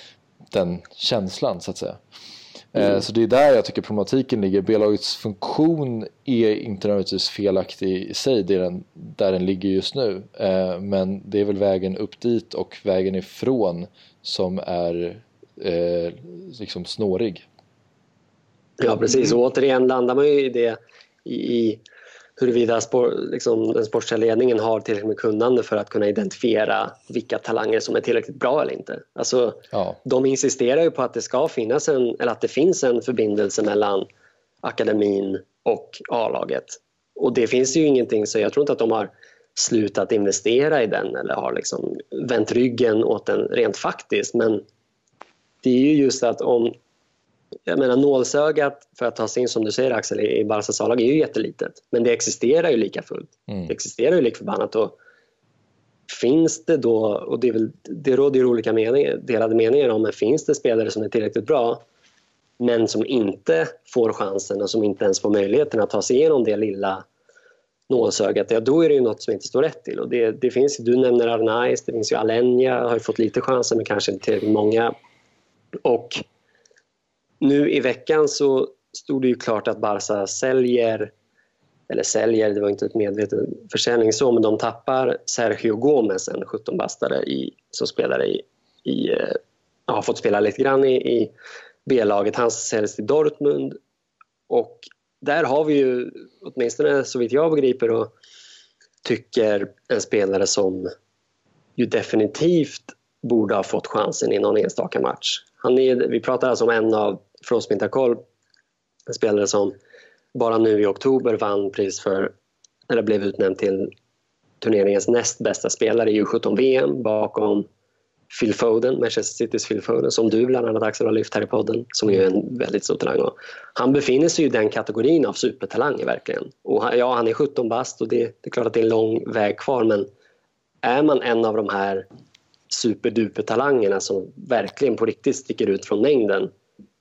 den känslan så att säga. Så det är där jag tycker problematiken ligger. B-lagets funktion är inte nödvändigtvis felaktig i sig, det är där den ligger just nu. Men det är väl vägen upp dit och vägen ifrån som är liksom snårig. Ja, precis. Och återigen landar man ju i det i huruvida den sportsliga ledningen har tillräckligt med kunnande för att kunna identifiera vilka talanger som är tillräckligt bra eller inte. Alltså, de insisterar ju på att det ska finnas att det finns en förbindelse mellan akademin och A-laget. Och det finns ju ingenting, så jag tror inte att de har slutat investera i den eller har liksom vänt ryggen åt den rent faktiskt. Men det är ju just att nålsögat för att ta sig in, som du säger Axel, i Barças A-lag är ju jättelitet, men det existerar ju lika fullt. Det existerar ju lika förbannat, och finns det då, och det råder ju olika delade meningar om, men finns det spelare som är tillräckligt bra men som inte får chansen och som inte ens får möjligheten att ta sig igenom det lilla nålsögat, då är det ju något som inte står rätt till. Och det finns, du nämner Arnaiz, det finns ju Alenya, har ju fått lite chanser men kanske inte tillräckligt många. Och nu i veckan så stod det ju klart att Barça säljer, det var inte ett medveten försäljning så, men de tappar Sergio Gómez, en 17-bastare som spelare har fått spela lite grann i B-laget. Han säljs till Dortmund, och där har vi ju, åtminstone så vitt jag begriper och tycker, en spelare som ju definitivt borde ha fått chansen i någon enstaka match. Vi pratar alltså om en av Frostmintakol, en spelare som bara nu i oktober vann pris för, eller blev utnämnd till turneringens näst bästa spelare i U17-VM bakom Phil Foden, Manchester Citys Phil Foden, som du bland annat Axel har lyft här i podden, som är en väldigt stor talang. Han befinner sig i den kategorin av supertalanger verkligen. Och han är 17 bast och det är klart att det är en lång väg kvar, men är man en av de här superdupertalangerna som verkligen på riktigt sticker ut från mängden,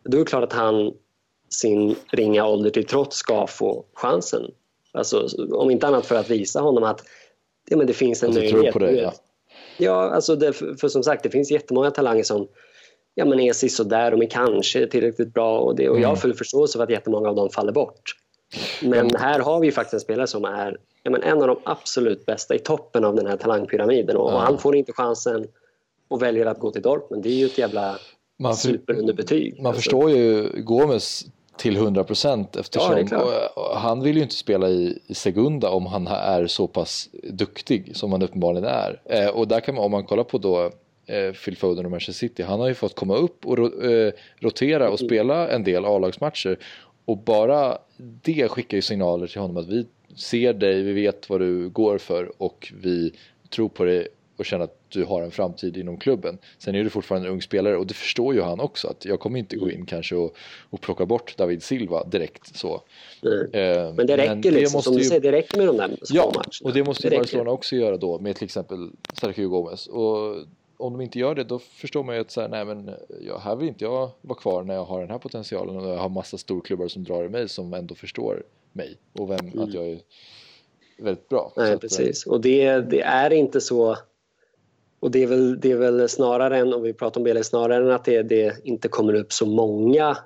då är det klart att han sin ringa ålder till trots ska få chansen. Alltså, om inte annat för att visa honom att men det finns en möjlighet. Tror på det, ja, alltså för som sagt, det finns jättemånga talanger som är sisådär och är kanske tillräckligt bra och jag har full förståelse för att jättemånga av dem faller bort. Men här har vi faktiskt en spelare som är en av de absolut bästa i toppen av den här talangpyramiden och han får inte chansen och väljer att gå till Dortmund. Det är ju ett jävla superunderbetyg. Man förstår ju Gomes till 100% eftersom han vill ju inte spela i Segunda om han är så pass duktig som han uppenbarligen är. Och där kan man, om man kollar på då Phil Foden och Manchester City, han har ju fått komma upp och rotera och spela en del A-lagsmatcher och bara det skickar ju signaler till honom att vi ser dig, vi vet vad du går för och vi tror på dig och känner att du har en framtid inom klubben. Sen är du fortfarande en ung spelare och det förstår ju han också att jag kommer inte gå in kanske och plocka bort David Silva direkt så. Men det räcker liksom, som du säger, det räcker med de där små matcherna. Och det måste ju Barcelona också göra då med till exempel Sergio Gomez. Och om de inte gör det, då förstår man ju att så här, nej men här vill inte jag vara kvar när jag har den här potentialen och jag har massa storklubbar som drar i mig som ändå förstår mig och att jag är väldigt bra. Nej, så precis. Och det är inte så. Och det är väl snarare än, om vi pratar om Bele, snarare än att det inte kommer upp så många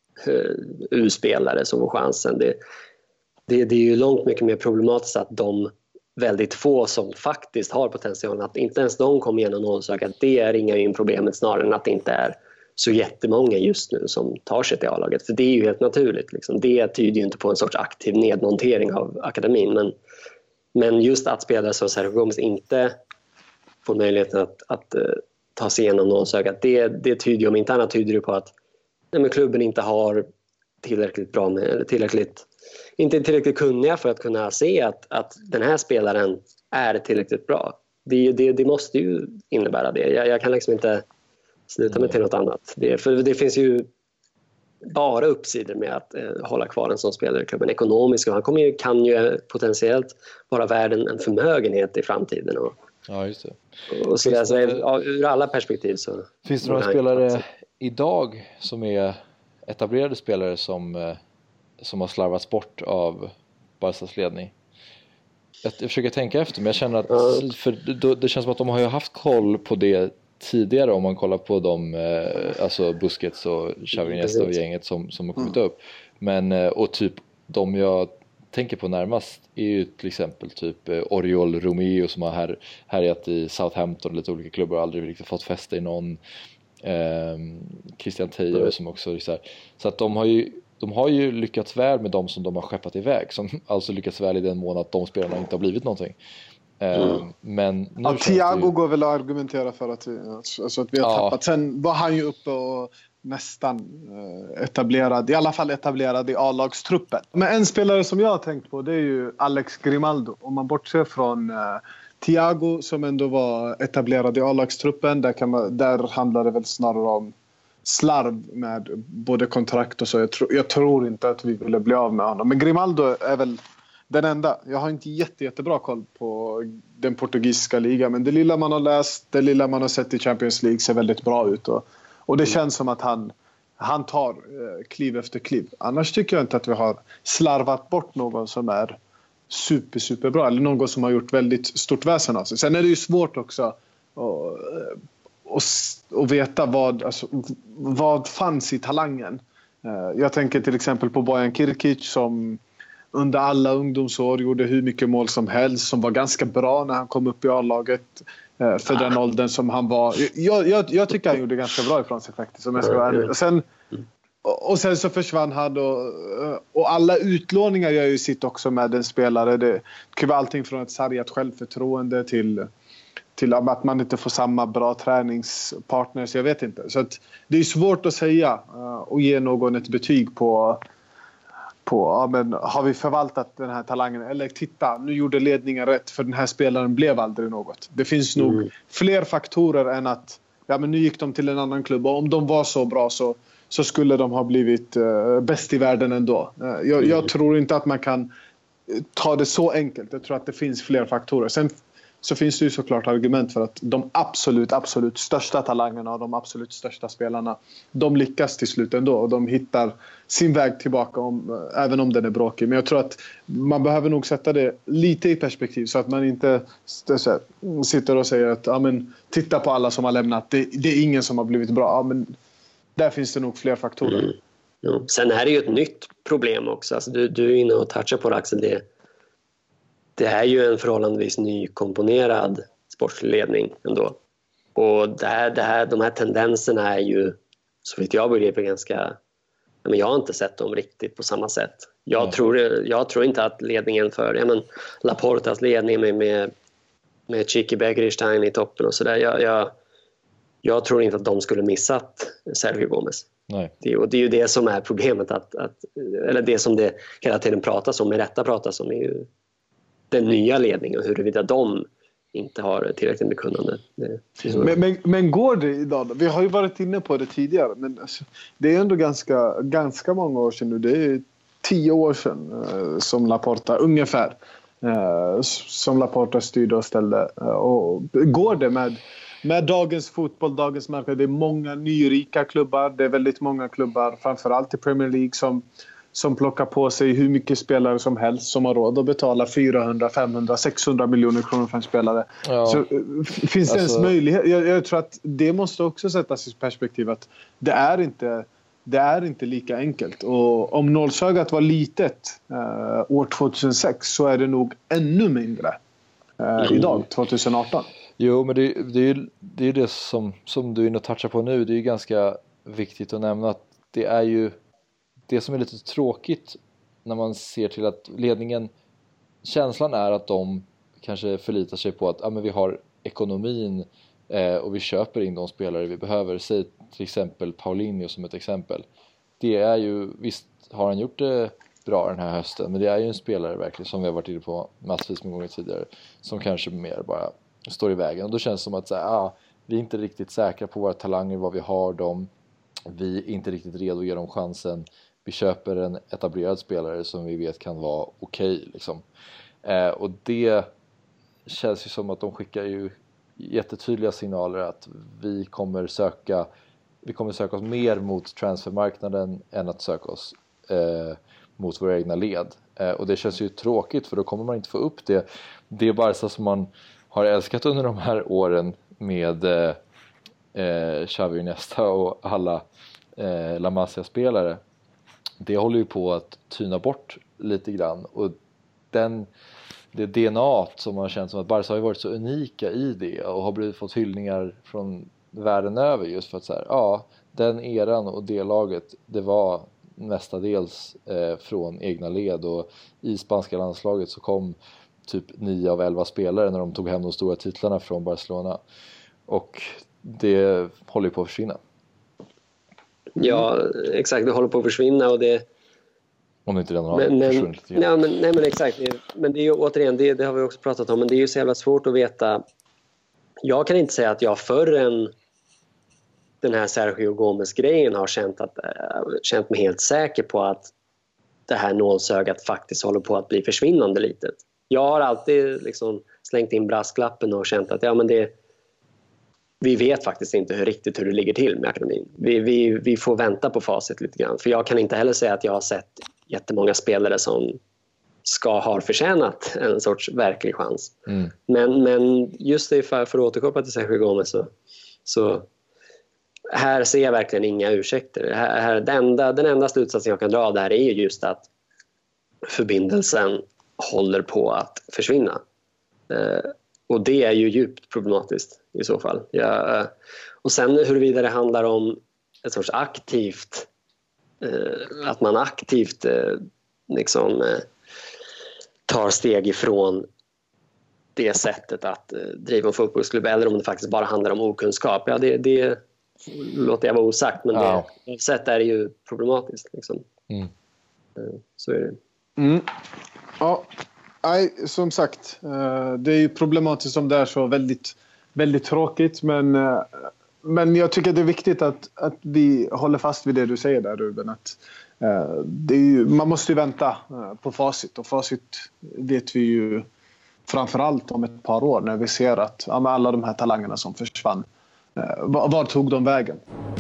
U-spelare som får chansen. Det är ju långt mycket mer problematiskt att de väldigt få som faktiskt har potentialen, att inte ens de kommer igenom nålsögat. Det är inga in problemet, snarare än att det inte är så jättemånga just nu som tar sig till A-laget. För det är ju helt naturligt. Liksom. Det tyder ju inte på en sorts aktiv nedmontering av akademin. Men just att spelare som Sergio Gomes inte får möjligheten att ta sig igenom nålsögat, det tyder ju, om inte annat tyder det på att klubben inte har tillräckligt bra med, eller inte tillräckligt kunniga för att kunna se att den här spelaren är tillräckligt bra. Det måste ju innebära det. Jag kan liksom inte sluta mig till något annat. För det finns ju bara uppsidor med att hålla kvar en sån spelare i klubben ekonomiskt. Och han kan ju potentiellt vara värd en förmögenhet i framtiden. Ja, just det. Och så ur alla perspektiv så... Finns det några spelare idag som är etablerade spelare som har slarvats bort av Barças ledning? Jag försöker tänka efter, men jag känner att det känns som att de har ju haft koll på det tidigare om man kollar på dem, alltså Busquets och Xavi Iniesta och gänget som har kommit upp. Men, och typ de jag tänker på närmast är ju till exempel typ Oriol Romeo som har härjat i Southampton, lite olika klubbar och aldrig riktigt fått fäste i någon. Christian Tejer som också så att de har ju lyckats väl med dem som de har skeppat iväg, som alltså lyckats väl i den mån att de spelarna inte har blivit någonting. Men nu Thiago går väl att argumentera för att vi har tappat. Sen var han ju uppe och nästan etablerad, i alla fall etablerad i A-lagstruppen. Men en spelare som jag har tänkt på, det är ju Alex Grimaldo. Om man bortser från Thiago som ändå var etablerad i A-lagstruppen, där handlar det väl snarare om slarv med både kontrakt och så. Jag tror inte att vi ville bli av med honom. Men Grimaldo är väl den enda. Jag har inte jättebra koll på den portugisiska ligan, men det lilla man har läst, det lilla man har sett i Champions League ser väldigt bra ut. Och det känns som att han tar kliv efter kliv. Annars tycker jag inte att vi har slarvat bort någon som är superbra eller någon som har gjort väldigt stort väsen av sig. Sen är det ju svårt också att veta vad fanns i talangen. Jag tänker till exempel på Bojan Kirkic som under alla ungdomsår gjorde hur mycket mål som helst, som var ganska bra när han kom upp i A-laget för den åldern som han var. Jag tycker han gjorde ganska bra ifrån sig faktiskt, om jag ska vara ärlig. Och sen så försvann han och alla utlåningar gör ju sitt också med en spelare. Det kan vara allting från ett sargat självförtroende till att man inte får samma bra träningspartners, jag vet inte. Så att det är svårt att säga och ge någon ett betyg på men har vi förvaltat den här talangen, eller titta, nu gjorde ledningen rätt för den här spelaren blev aldrig något. Det finns nog fler faktorer än att men nu gick de till en annan klubb och om de var så bra så skulle de ha blivit bäst i världen ändå. Jag tror inte att man kan ta det så enkelt. Jag tror att det finns fler faktorer. Sen så finns det ju såklart argument för att de absolut största talangerna och de absolut största spelarna, de lyckas till slut ändå och de hittar sin väg tillbaka även om den är bråkig. Men jag tror att man behöver nog sätta det lite i perspektiv så att man inte sitter och säger att ja, men, titta på alla som har lämnat, det är ingen som har blivit bra. Ja, men där finns det nog fler faktorer. Ja. Sen är det ju ett nytt problem också. Alltså, du är inne och touchar på det, Axel. Det är ju en förhållandevis nykomponerad sportslig ledning ändå. Och de här tendenserna är ju, så vitt jag begriper, ganska... Men jag har inte sett dem riktigt på samma sätt. Jag tror inte att ledningen för Laportas ledning med Chiqui Begiristain i toppen och sådär. Jag tror inte att de skulle missat Sergio Gomez. Nej. Det är ju det som är problemet. Eller det som det hela tiden pratas om, med rätta pratas om, är ju den nya ledningen och huruvida de inte har tillräckligt med kunnande. Men går det idag? Vi har ju varit inne på det tidigare, men alltså, det är ändå ganska många år sedan nu. Det är 10 år sedan som Laporta, ungefär, som Laporta styrde och ställde. Och går det med dagens fotboll, dagens marknad? Det är många nyrika klubbar. Det är väldigt många klubbar, framförallt i Premier League, som plockar på sig hur mycket spelare som helst, som har råd att betala 400, 500, 600 miljoner kronor för en spelare. Ja. Så finns det ens möjlighet? Jag tror att det måste också sättas i perspektiv att det är inte lika enkelt. Och om nålsögat var litet år 2006 så är det nog ännu mindre idag, 2018. Jo, men det är det som du är inne och touchar på nu. Det är ju ganska viktigt att nämna att det är ju det som är lite tråkigt när man ser till att ledningen, känslan är att de kanske förlitar sig på att men vi har ekonomin och vi köper in de spelare vi behöver. Säg till exempel Paulinho som ett exempel. Det är ju, visst har han gjort det bra den här hösten, men det är ju en spelare verkligen, som vi har varit inne på massvis med gånger tidigare, som kanske mer bara står i vägen. Och då känns det som att vi är inte riktigt säkra på våra talanger, vad vi har dem. Vi är inte riktigt redo att ge dem chansen. Vi köper en etablerad spelare som vi vet kan vara okej, liksom. Och det känns ju som att de skickar ju jättetydliga signaler att vi kommer söka oss mer mot transfermarknaden än att söka oss mot våra egna led. Och det känns ju tråkigt, för då kommer man inte få upp det. Det är bara så som man har älskat under de här åren med Xavi Iniesta och alla La Masia-spelare. Det håller ju på att tyna bort lite grann, och det DNA som man känt som att Barca har varit så unika i det och har fått hyllningar från världen över, just för att den eran och det laget, det var mestadels från egna led, och i spanska landslaget så kom typ 9 av 11 spelare när de tog hem de stora titlarna från Barcelona, och det håller på att försvinna. Ja, exakt, det håller på att försvinna, och det... Om det inte redan har försvunnit. Nej, men exakt. Men det är ju återigen, det har vi också pratat om, men det är ju så jävla svårt att veta. Jag kan inte säga att jag förrän den här Sergio Gomez-grejen har känt mig helt säker på att det här nålsögat faktiskt håller på att bli försvinnande litet. Jag har alltid liksom slängt in brasklappen och känt att vi vet faktiskt inte hur det ligger till med akademin. Vi får vänta på facit lite grann. För jag kan inte heller säga att jag har sett jättemånga spelare som har förtjänat en sorts verklig chans. Mm. Men just det, för att återkoppla till Sergio Gomez, så här ser jag verkligen inga ursäkter. Den enda slutsatsen jag kan dra av det här är just att förbindelsen håller på att försvinna. Och det är ju djupt problematiskt i så fall. Och sen huruvida det handlar om ett sorts aktivt, att man aktivt tar steg ifrån det sättet att driva en fotbollsklubb, eller om det faktiskt bara handlar om okunskap. Ja, det låter jag vara osagt, men det sätt är det ju problematiskt. Liksom. Mm. Så är det. Mm. Ja. Nej, som sagt, det är ju problematiskt som det är, så väldigt, väldigt tråkigt, men jag tycker det är viktigt att vi håller fast vid det du säger där, Ruben, att man måste ju vänta på facit, och facit vet vi ju framförallt om ett par år när vi ser att med alla de här talangerna som försvann, var tog de vägen?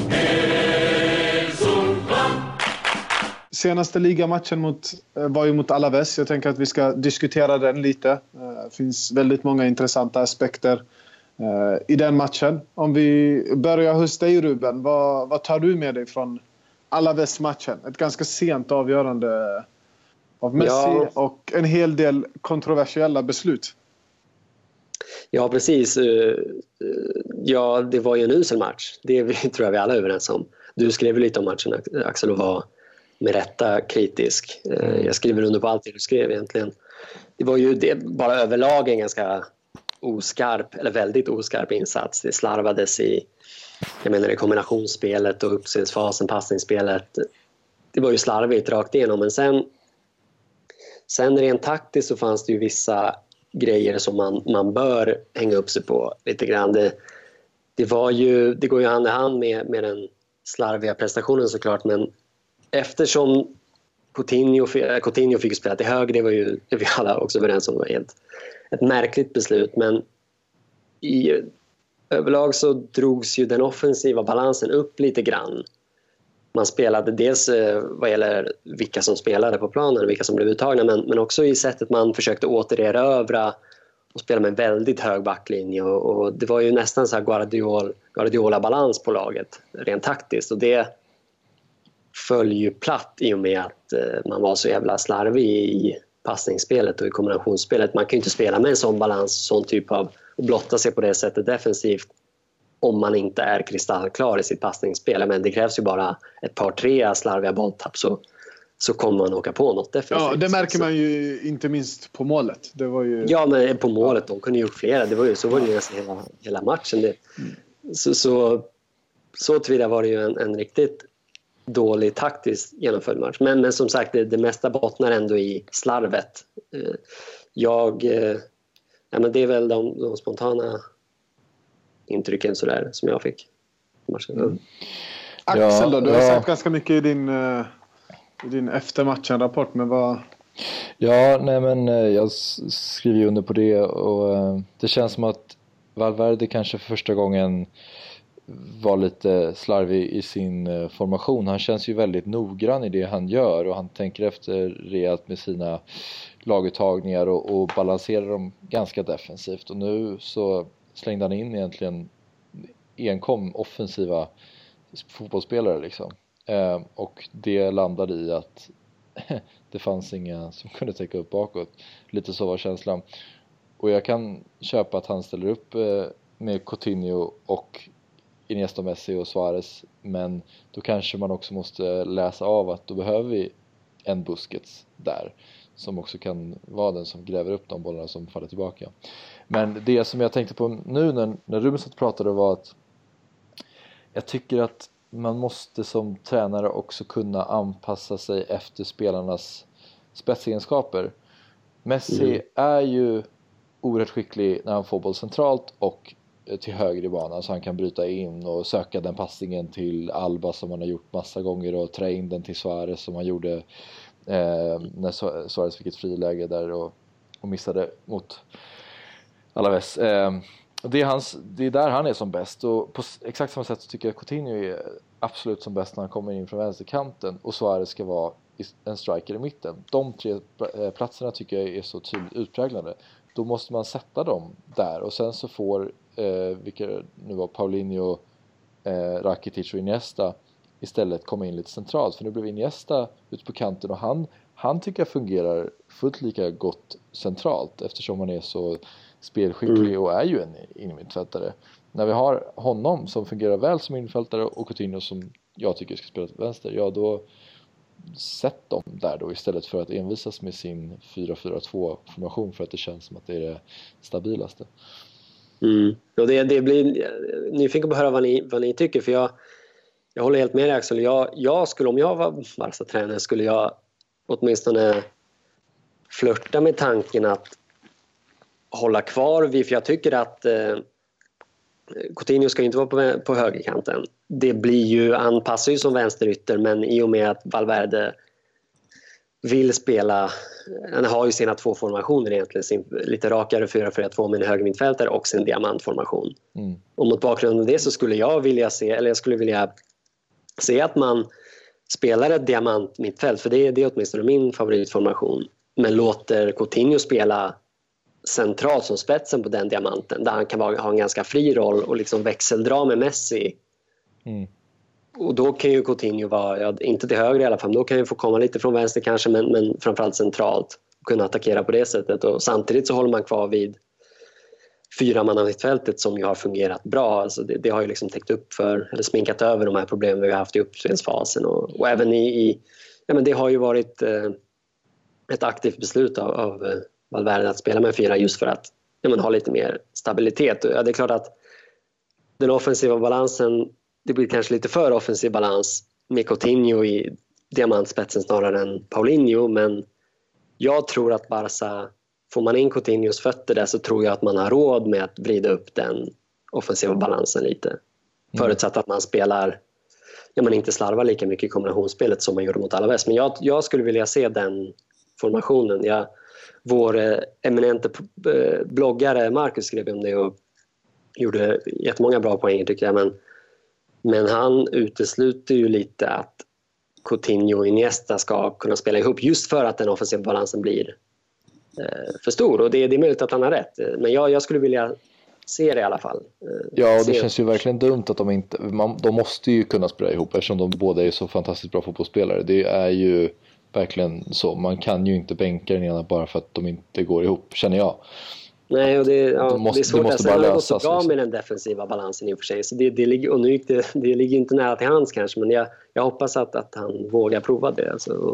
Senaste ligamatchen var ju mot Alaves. Jag tänker att vi ska diskutera den lite. Det finns väldigt många intressanta aspekter i den matchen. Om vi börjar hos dig, Ruben, vad tar du med dig från Alaves-matchen? Ett ganska sent avgörande av Messi och en hel del kontroversiella beslut. Ja, precis. Ja, det var ju en usel match. Det tror jag vi alla är överens om. Du skrev lite om matchen, Axel, och var med rätta kritisk. Jag skriver under på allt det du skrev egentligen. Det var ju bara överlag en ganska oskarp, eller väldigt oskarp insats. Det slarvades i kombinationsspelet och uppspelsfasen, passningsspelet. Det var ju slarvigt rakt igenom, men sen rent taktiskt så fanns det ju vissa grejer som man bör hänga upp sig på lite grann. Det går ju hand i hand med den slarviga prestationen såklart, men eftersom Coutinho fick spela till höger, det är vi alla också överens om, det var helt ett märkligt beslut, men överlag så drogs ju den offensiva balansen upp lite grann. Man spelade dels vad gäller vilka som spelade på planen, vilka som blev uttagna, men också i sättet man försökte återerövra och spela med en väldigt hög backlinje, och det var ju nästan så här Guardiola-balans på laget rent taktiskt, och det föll ju platt i och med att man var så jävla slarvig i passningsspelet och i kombinationsspelet. Man kan ju inte spela med en sån balans, sån typ av, och blotta sig på det sättet defensivt om man inte är kristallklar i sitt passningsspel. Men det krävs ju bara ett par tre slarviga bolltapp så kommer man åka på något defensivt. Ja, det märker man ju inte minst på målet. Det var ju... Ja, men på målet, de kunde ju gjort flera. Så var det ju nästan hela matchen. Så tillvida var det ju en riktigt dålig taktiskt genomförd match. Men som sagt, det mesta bottnar ändå i slarvet. Men det är väl de spontana intrycken sådär som jag fick. Axel då, du har sagt ganska mycket i din eftermatchen-rapport, men vad... Ja, nej men jag skriver under på det, och det känns som att Valverde kanske för första gången var lite slarvig i sin formation. Han känns ju väldigt noggrann i det han gör, och han tänker efter rejält med sina laguttagningar och balanserar dem ganska defensivt. Och nu så slängde han in egentligen enkom offensiva fotbollsspelare liksom. Och det landade i att det fanns inga som kunde täcka upp bakåt. Lite så var känslan. Och jag kan köpa att han ställer upp med Coutinho och Iniesta, Messi och Suarez, men då kanske man också måste läsa av att då behöver vi en Busquets där som också kan vara den som gräver upp de bollarna som faller tillbaka. Men det som jag tänkte på nu när Ruben pratade var att jag tycker att man måste som tränare också kunna anpassa sig efter spelarnas spetsegenskaper. Messi är ju oerhört skicklig när han får boll centralt och till höger i banan, så han kan bryta in och söka den passningen till Alba som han har gjort massa gånger, och trä in den till Suarez som han gjorde när Suarez fick ett friläge där och missade mot Alaves. Det är där han är som bäst, och på exakt samma sätt så tycker jag att Coutinho är absolut som bäst när han kommer in från vänsterkanten, och Suarez ska vara en striker i mitten. De tre platserna tycker jag är så tydligt utpräglade. Då måste man sätta dem där, och sen så får vilka nu var Paulinho, Rakitic och Iniesta istället komma in lite centralt, för nu blev Iniesta ute på kanten, och han tycker jag fungerar fullt lika gott centralt eftersom han är så spelskicklig och är ju en innermittfältare. När vi har honom som fungerar väl som innermittfältare och Coutinho som jag tycker ska spela till vänster, ja då sätt dem där då istället för att envisas med sin 4-4-2 formation, för att det känns som att det är det stabilaste. Och det blir nyfiken på att höra vad ni tycker, för jag håller helt med dig, Axel. Jag skulle, om jag var Barca-tränare, skulle jag åtminstone flirta med tanken att hålla kvar vid, för jag tycker att Coutinho ska inte vara på högerkanten. Det blir ju, han passar ju som vänsterytter, men i och med att Valverde vill spela, han har ju sina två formationer egentligen, sin lite rakare 4-4-2 med en högermittfältare och sin diamantformation. Och mot bakgrund av det så skulle jag vilja se att man spelar ett diamantmittfält, för det är åtminstone min favoritformation, men låter Coutinho spela centralt som spetsen på den diamanten, där han kan ha en ganska fri roll och liksom växeldra med Messi. Och då kan ju Coutinho vara, inte till höger i alla fall, då kan ju få komma lite från vänster kanske, men framförallt centralt och kunna attackera på det sättet. Och samtidigt så håller man kvar vid 4-mannamittfältet som ju har fungerat bra. Alltså det har ju liksom täckt upp för, eller sminkat över de här problemen vi har haft i uppspelsfasen. Och även men det har ju varit ett aktivt beslut av Valverde att spela med 4 just för att ha lite mer stabilitet. Och det är klart att den offensiva balansen, det blir kanske lite för offensiv balans med Coutinho i diamantspetsen snarare än Paulinho, men jag tror att Barca, får man in Coutinhos fötter där, så tror jag att man har råd med att vrida upp den offensiva balansen lite. Förutsatt att man spelar, man inte slarvar lika mycket i kombinationsspelet som man gjorde mot Alaves. Men jag skulle vilja se den formationen. Vår eminente bloggare Marcus skrev om det och gjorde jättemånga bra poäng tycker jag, men han utesluter ju lite att Coutinho och Iniesta ska kunna spela ihop just för att den offensiva balansen blir för stor. Och det är möjligt att han har rätt. Men jag skulle vilja se det i alla fall. Ja, och det känns ju verkligen dumt att de måste ju kunna spela ihop eftersom de båda är så fantastiskt bra fotbollsspelare. Det är ju verkligen så. Man kan ju inte bänka den ena bara för att de inte går ihop, känner jag. Nej, och det är svårt. Det måste bara lösas. Det går så bra med den defensiva balansen i och för sig. Så det ligger inte nära till hands kanske, men jag hoppas att han vågar prova det. Alltså.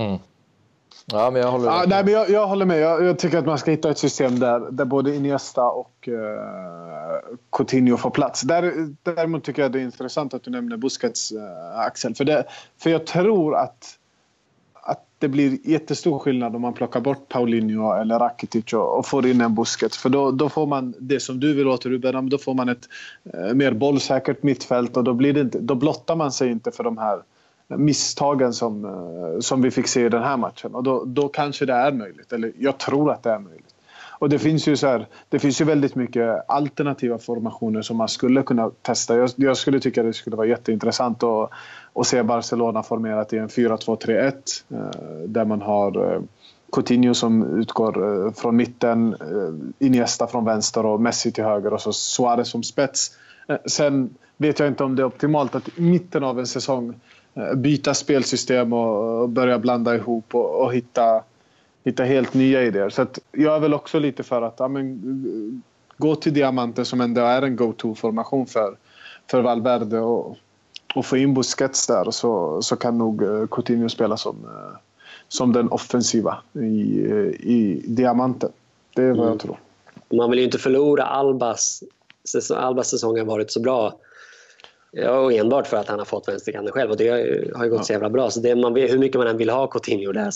Ja, men jag håller med. Jag håller med. Jag tycker att man ska hitta ett system där både Iniesta och Coutinho får plats. Däremot tycker jag det är intressant att du nämner Busquets, Axel. För jag tror att det blir jättestor skillnad om man plockar bort Paulinho eller Rakitic och får in en Busquets. För då får man det som du vill åt Ruben, då får man ett mer bollsäkert mittfält och då blottar man sig inte för de här misstagen som vi fick se i den här matchen. Och då kanske det är möjligt. Eller jag tror att det är möjligt. Och det finns ju väldigt mycket alternativa formationer som man skulle kunna testa. Jag skulle tycka att det skulle vara jätteintressant att se Barcelona formerat i en 4-2-3-1 där man har Coutinho som utgår från mitten, Iniesta från vänster och Messi till höger och så Suarez som spets. Sen vet jag inte om det är optimalt att i mitten av en säsong byta spelsystem och börja blanda ihop och hitta helt nya idéer. Så att jag är väl också lite för att gå till diamanten som ändå är en go-to-formation för Valverde och få in Busquets där så kan nog Coutinho spela som den offensiva i diamanten. Det är vad jag tror. Man vill ju inte förlora Albas säsong har varit så bra. Ja, och enbart för att han har fått vänsterkanten själv och det har ju gått så jävla bra. Så hur mycket man än vill ha Coutinho där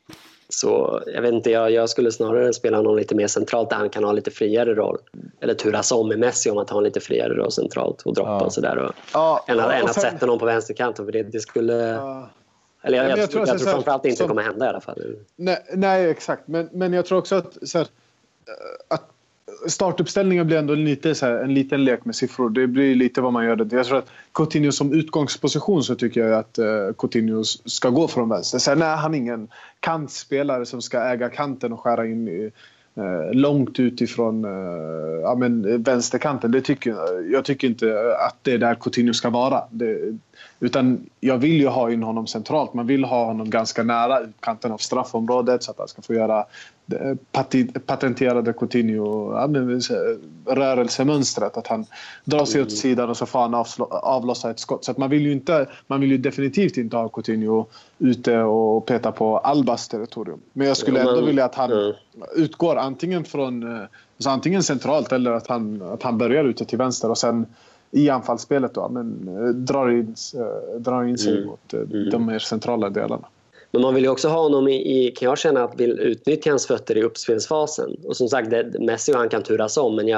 så jag vet inte, jag skulle snarare spela någon lite mer centralt där han kan ha lite friare roll. Eller turas om med Messi om att ha en lite friare roll centralt och droppa och sådär. Än att sätta någon på vänsterkanten, för det skulle... Eller jag tror framförallt inte kommer hända i alla fall. Nej, exakt. Men jag tror också att startuppställningen blir ändå lite så här, en liten lek med siffror. Det blir lite vad man gör det. Jag tror att Coutinho som utgångsposition så tycker jag att Coutinho ska gå från vänster. Sen är han ingen kantspelare som ska äga kanten och skära in långt utifrån vänsterkanten. Jag tycker inte att det är där Coutinho ska vara. Utan jag vill ju ha in honom centralt. Man vill ha honom ganska nära kanten av straffområdet så att han ska få göra patenterade Coutinho rörelsemönstret, att han drar sig åt sidan och så får han avlossa ett skott. Så att man vill ju definitivt inte ha Coutinho ute och peta på Albas territorium. Men jag skulle ändå vilja att han utgår antingen centralt eller att han börjar ute till vänster och sen i anfallsspelet då, drar in sig mot de mer centrala delarna. Men man vill ju också ha honom kan jag känna att vill utnyttja hans fötter i uppspelsfasen. Och som sagt, Messi och han kan turas om, men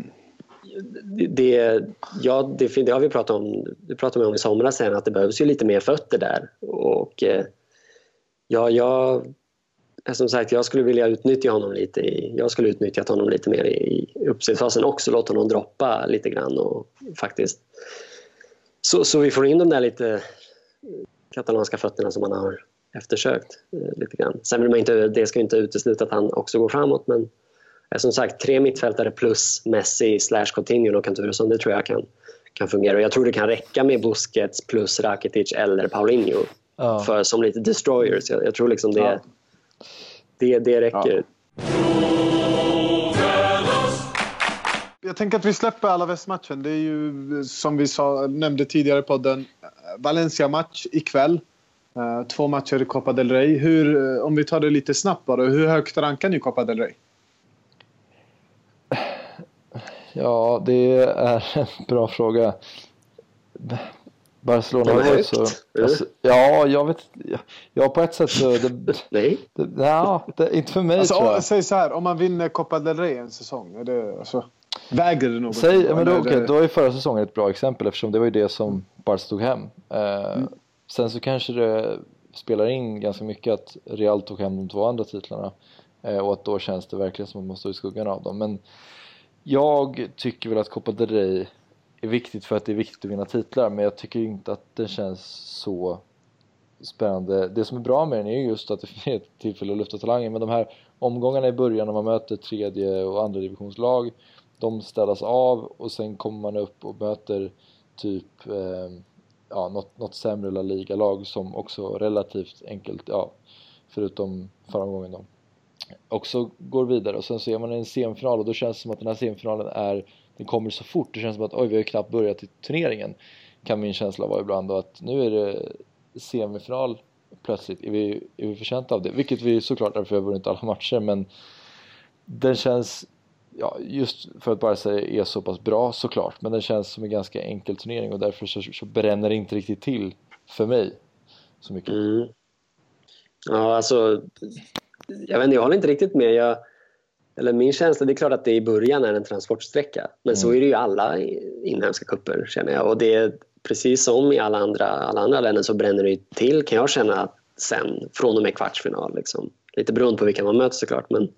det har vi pratat om i somras sen, att det behövs ju lite mer fötter där. Och jag som sagt, jag skulle vilja utnyttja honom lite. Jag skulle utnyttjat honom lite mer i uppspelsfasen också. Låta honom droppa lite grann och faktiskt så vi får in de där lite katalanska fötterna som man har eftersökt lite grann. Sen vill man inte, det ska inte utesluta att han också går framåt, men som sagt 3 mittfältare plus Messi / Coutinho och Canturosson, det tror jag kan fungera. Och jag tror det kan räcka med Busquets plus Rakitic eller Paulinho för som lite destroyers. Jag tror liksom det räcker. Jag tänker att vi släpper Alaves-matchen. Det är ju som vi nämnde tidigare på podden, Valencia-match ikväll. 2 matcher i Copa del Rey. Om vi tar det lite snabbt bara, hur högt rankar ni Copa del Rey? Ja, det är en bra fråga. Barcelona har också... Ja, jag vet... Ja, på ett sätt så... Nej. Inte för mig, alltså, tror jag. Säg så här, om man vinner Copa del Rey en säsong, är det, alltså, väger det något? Då är förra säsongen ett bra exempel, eftersom det var ju det som Barca tog hem. Sen så kanske det spelar in ganska mycket att Real tog hem de 2 andra titlarna. Och att då känns det verkligen som att man står i skuggan av dem. Men jag tycker väl att Copa del Rey är viktigt för att det är viktigt att vinna titlar, men jag tycker inte att det känns så spännande. Det som är bra med den är just att det är ett tillfälle att lyfta talangen, men de här omgångarna i början när man möter 3:e och andra divisionslag, de ställas av och sen kommer man upp och möter typ något sämre La Liga-lag som också relativt enkelt, förutom förra gången de också går vidare, och sen så är man i en semifinal och då känns det som att den här semifinalen den kommer så fort. Det känns som att vi har ju knappt börjat i turneringen, kan min känsla vara ibland, och att nu är det semifinal plötsligt. Är vi förtjänta av det? Vilket vi såklart, därför vi har vunnit alla matcher, men den känns, just för att bara säga är så pass bra såklart, men den känns som en ganska enkel turnering och därför så bränner det inte riktigt till för mig så mycket. Ja, alltså jag vet inte, jag håller inte riktigt med. Min känsla, det är klart att det i början är en transportsträcka, men så är det ju alla inhemska kupper, känner jag, och det är precis som i alla andra länder så bränner det till, kan jag känna, sen från och med kvartsfinal liksom. Lite beroende på vilka man möter såklart, men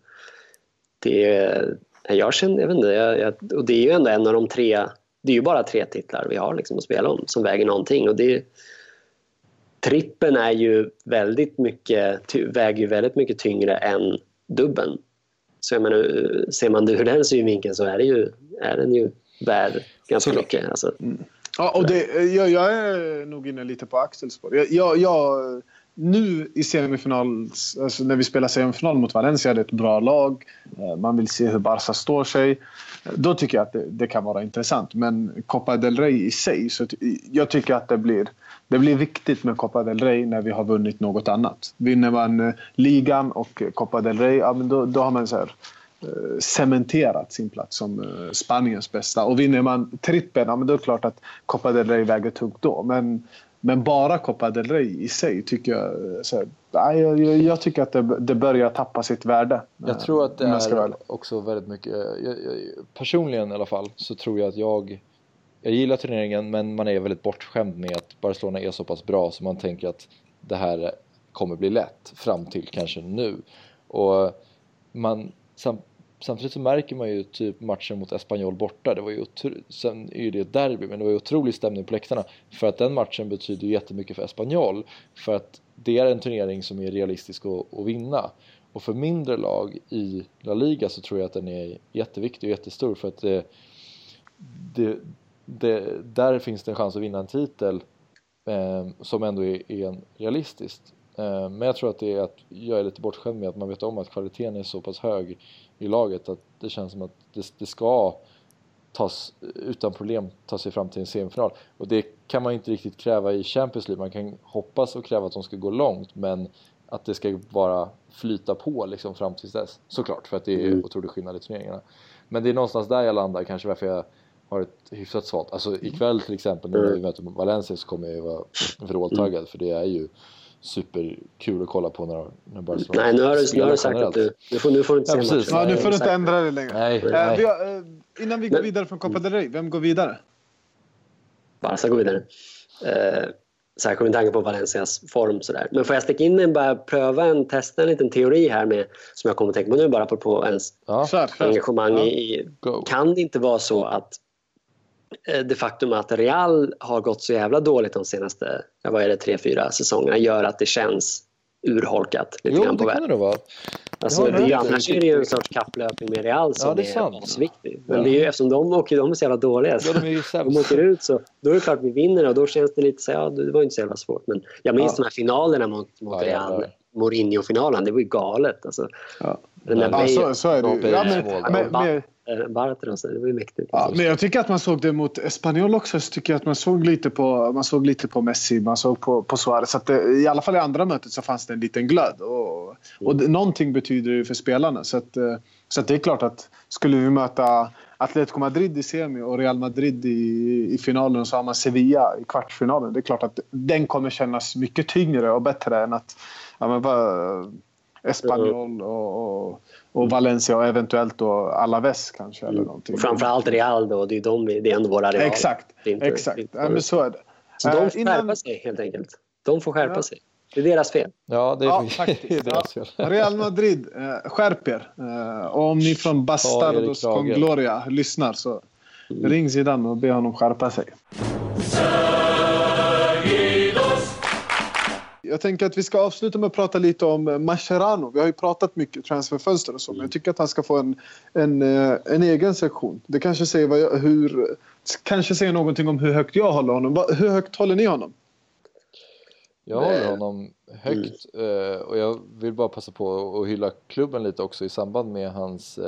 jag känner, jag vet inte, och det är ju ändå en av de 3, det är ju bara 3 titlar vi har liksom att spela om som väger någonting, och trippen är ju väger ju väldigt mycket tyngre än dubben. Så jag menar, ser man det ur den synvinkeln så är den ju värd ganska mycket. Alltså. Ja, och jag är nog inne lite på Axels spår. Jag nu i semifinal, alltså när vi spelar semifinal mot Valencia, det är ett bra lag. Man vill se hur Barca står sig. Då tycker jag att det kan vara intressant. Men Copa del Rey i sig, så jag tycker att det blir viktigt med Copa del Rey när vi har vunnit något annat. Vinner man ligan och Copa del Rey, ja, men då har man så här cementerat sin plats som Spaniens bästa. Och vinner man trippen, ja, men då är det klart att Copa del Rey väger tungt då. Men bara Copa del Rey i sig tycker jag tycker att det börjar tappa sitt värde. Jag tror att det är också väldigt mycket, personligen i alla fall, så tror jag att jag gillar turneringen, men man är väldigt bortskämd med att Barcelona är så pass bra så man tänker att det här kommer bli lätt fram till kanske nu. Och samtidigt så märker man ju typ matchen mot Espanyol borta. Det var ju sen är ju det ett derby, men det var ju otrolig stämning på läktarna. För att den matchen betyder ju jättemycket för Espanyol. För att det är en turnering som är realistisk att vinna. Och för mindre lag i La Liga så tror jag att den är jätteviktig och jättestor. För att där finns det en chans att vinna en titel som ändå är realistiskt. Men jag tror att det är att jag är lite bortskämd med att man vet om att kvaliteten är så pass hög i laget att det känns som att det ska utan problem ta sig fram till en semifinal. Och det kan man inte riktigt kräva i Champions League. Man kan hoppas och kräva att de ska gå långt, men att det ska bara flyta på liksom fram till dess. Såklart, för att det är otroligt skillnad i turneringarna. Men det är någonstans där jag landar, kanske varför jag har ett hyfsat svalt. Alltså ikväll till exempel när vi möter Valencia så kommer jag vara vråltaggad, för det är ju superkul att kolla på när Barcelona. Nej, nu har du sagt att nu får du inte se matchen. Ja, nu får du inte ändra det längre. Nej. Innan vi går vidare från Copa del Rey, vem går vidare? Barca går vidare. Särskilt med tanke på Valencias form. Sådär. Men får jag sticka in med bara testa en liten teori här med, som jag kommer att tänka på nu bara på ens engagemang i. Kan det inte vara så att det faktum att Real har gått så jävla dåligt de senaste 3-4 säsongerna gör att det känns urholkat lite grann på väg. Det kan det vara. Alltså, annars är det ju en sorts kapplöpning med Real som är asviktig. Men det är ju eftersom de är så jävla dåliga. Så de åker ut så då är det klart vi vinner och då känns det lite så det var inte så jävla svårt. Men jag minns de här finalerna mot Real. Mourinho-finalen, det var ju galet. Alltså, den där så är det. Det var ju mäktigt. Ja, men jag tycker att man såg det mot Espanyol också. Så tycker jag att man såg lite på Messi, man såg på Suarez. Så att i alla fall i andra mötet så fanns det en liten glöd. Och någonting betyder ju för spelarna. Så att det är klart att skulle vi möta Atletico Madrid i semi och Real Madrid i finalen, så har man Sevilla i kvartsfinalen. Det är klart att den kommer kännas mycket tyngre och bättre än att Espanyol och Valencia och eventuellt då Alaves kanske eller någonting. Och framförallt Real då, det är ändå våra rivaler. Exakt. Men så är det. Så de får skärpa sig helt enkelt. De får skärpa sig. Det är deras fel. Ja, det är faktiskt deras fel. Real Madrid, skärp er. Och om ni från Bastardos con Gloria lyssnar så ring Zidane och be honom skärpa sig. Jag tänker att vi ska avsluta med att prata lite om Mascherano. Vi har ju pratat mycket transferfönster och så, men jag tycker att han ska få en egen sektion. Det kanske säger någonting om hur högt jag håller honom. Hur högt håller ni honom? Jag håller honom högt och jag vill bara passa på att hylla klubben lite också i samband med hans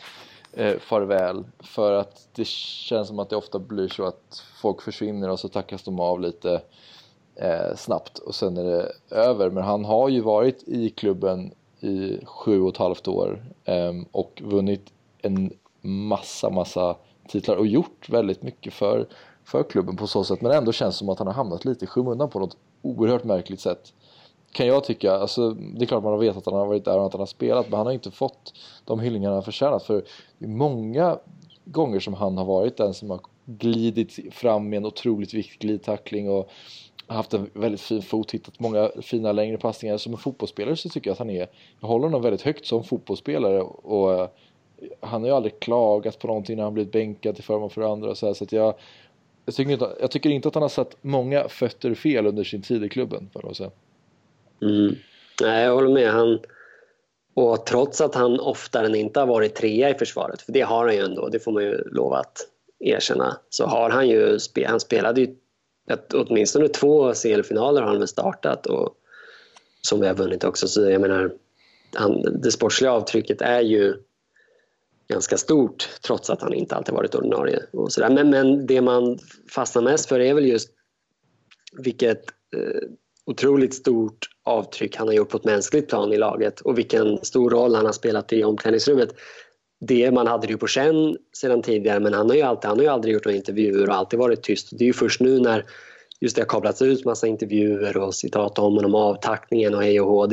farväl. För att det känns som att det ofta blir så att folk försvinner och så tackas de av lite snabbt och sen är det över. Men han har ju varit i klubben i 7,5 år och vunnit en massa titlar och gjort väldigt mycket för klubben på så sätt. Men ändå känns det som att han har hamnat lite i skymundan på något oerhört märkligt sätt. Kan jag tycka. Alltså, det är klart man har vetat att han har varit där och att han har spelat, men han har inte fått de hyllningarna han förtjänat. För det är många gånger som han har varit den som har glidit fram med en otroligt viktig glidtackling och haft en väldigt fin fot, hittat många fina längre passningar. Som en fotbollsspelare så tycker jag att jag håller honom väldigt högt som fotbollsspelare och han har ju aldrig klagat på någonting när han blivit bänkad till förmån för andra så att jag tycker inte att han har satt många fötter fel under sin tid i klubben för att säga. Nej, jag håller med. Och trots att han oftare än inte har varit trea i försvaret, för det har han ju ändå, det får man ju lova att erkänna, så har han ju han spelade ju åtminstone 2 CL-finaler har han väl startat och som vi har vunnit också, så jag menar det sportsliga avtrycket är ju ganska stort trots att han inte alltid varit ordinarie och sådär. Men det man fastnar mest för är väl just vilket otroligt stort avtryck han har gjort på ett mänskligt plan i laget och vilken stor roll han har spelat i omklädningsrummet. Det man hade ju på känn sedan tidigare, men han har ju aldrig gjort några intervjuer och alltid varit tyst. Det är ju först nu när just det har kablats ut massa intervjuer och citat om honom, avtackningen och hej och hå.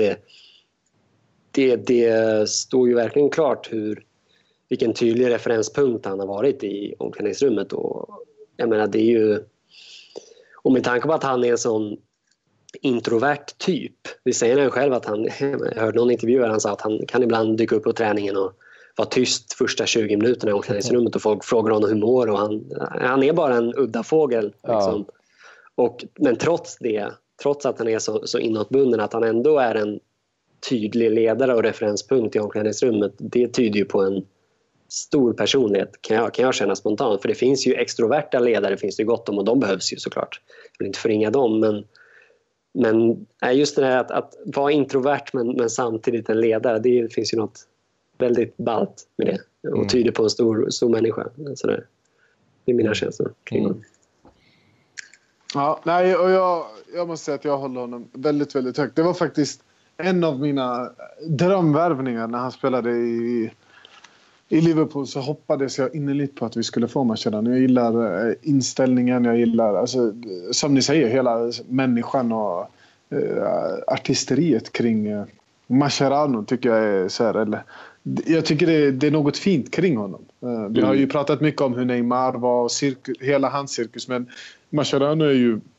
Det står ju verkligen klart vilken tydlig referenspunkt han har varit i omklädningsrummet. Och jag menar, det är ju, och med tanke på att han är en sån introvert typ, det säger han själv att jag hörde någon intervju där han sa att han kan ibland dyka upp på träningen och vara tyst första 20 minuterna i omklädningsrummet och folk frågar honom hur mår och han är bara en udda fågel liksom. Men trots att han är så inåtbunden, att han ändå är en tydlig ledare och referenspunkt i omklädningsrummet, det tyder ju på en stor personlighet kan jag känna spontant, för det finns ju extroverta ledare, finns det gott om och de behövs ju såklart, jag vill inte förringa dem, men just det här att vara introvert men samtidigt en ledare, det finns ju något väldigt ballt med det och tyder på en stor människa. Sådär. Det är mina känslor kring honom. Ja, nej, och jag måste säga att jag håller honom väldigt, väldigt högt. Det var faktiskt en av mina drömvärvningar när han spelade i Liverpool, så hoppades jag innerligt på att vi skulle få Mascherano. Jag gillar inställningen, jag gillar, alltså, som ni säger, hela människan och artisteriet kring Mascherano tycker jag är så här, eller jag tycker det är något fint kring honom. Vi har ju pratat mycket om hur Neymar var och hela hans cirkus, men Mascherano är ju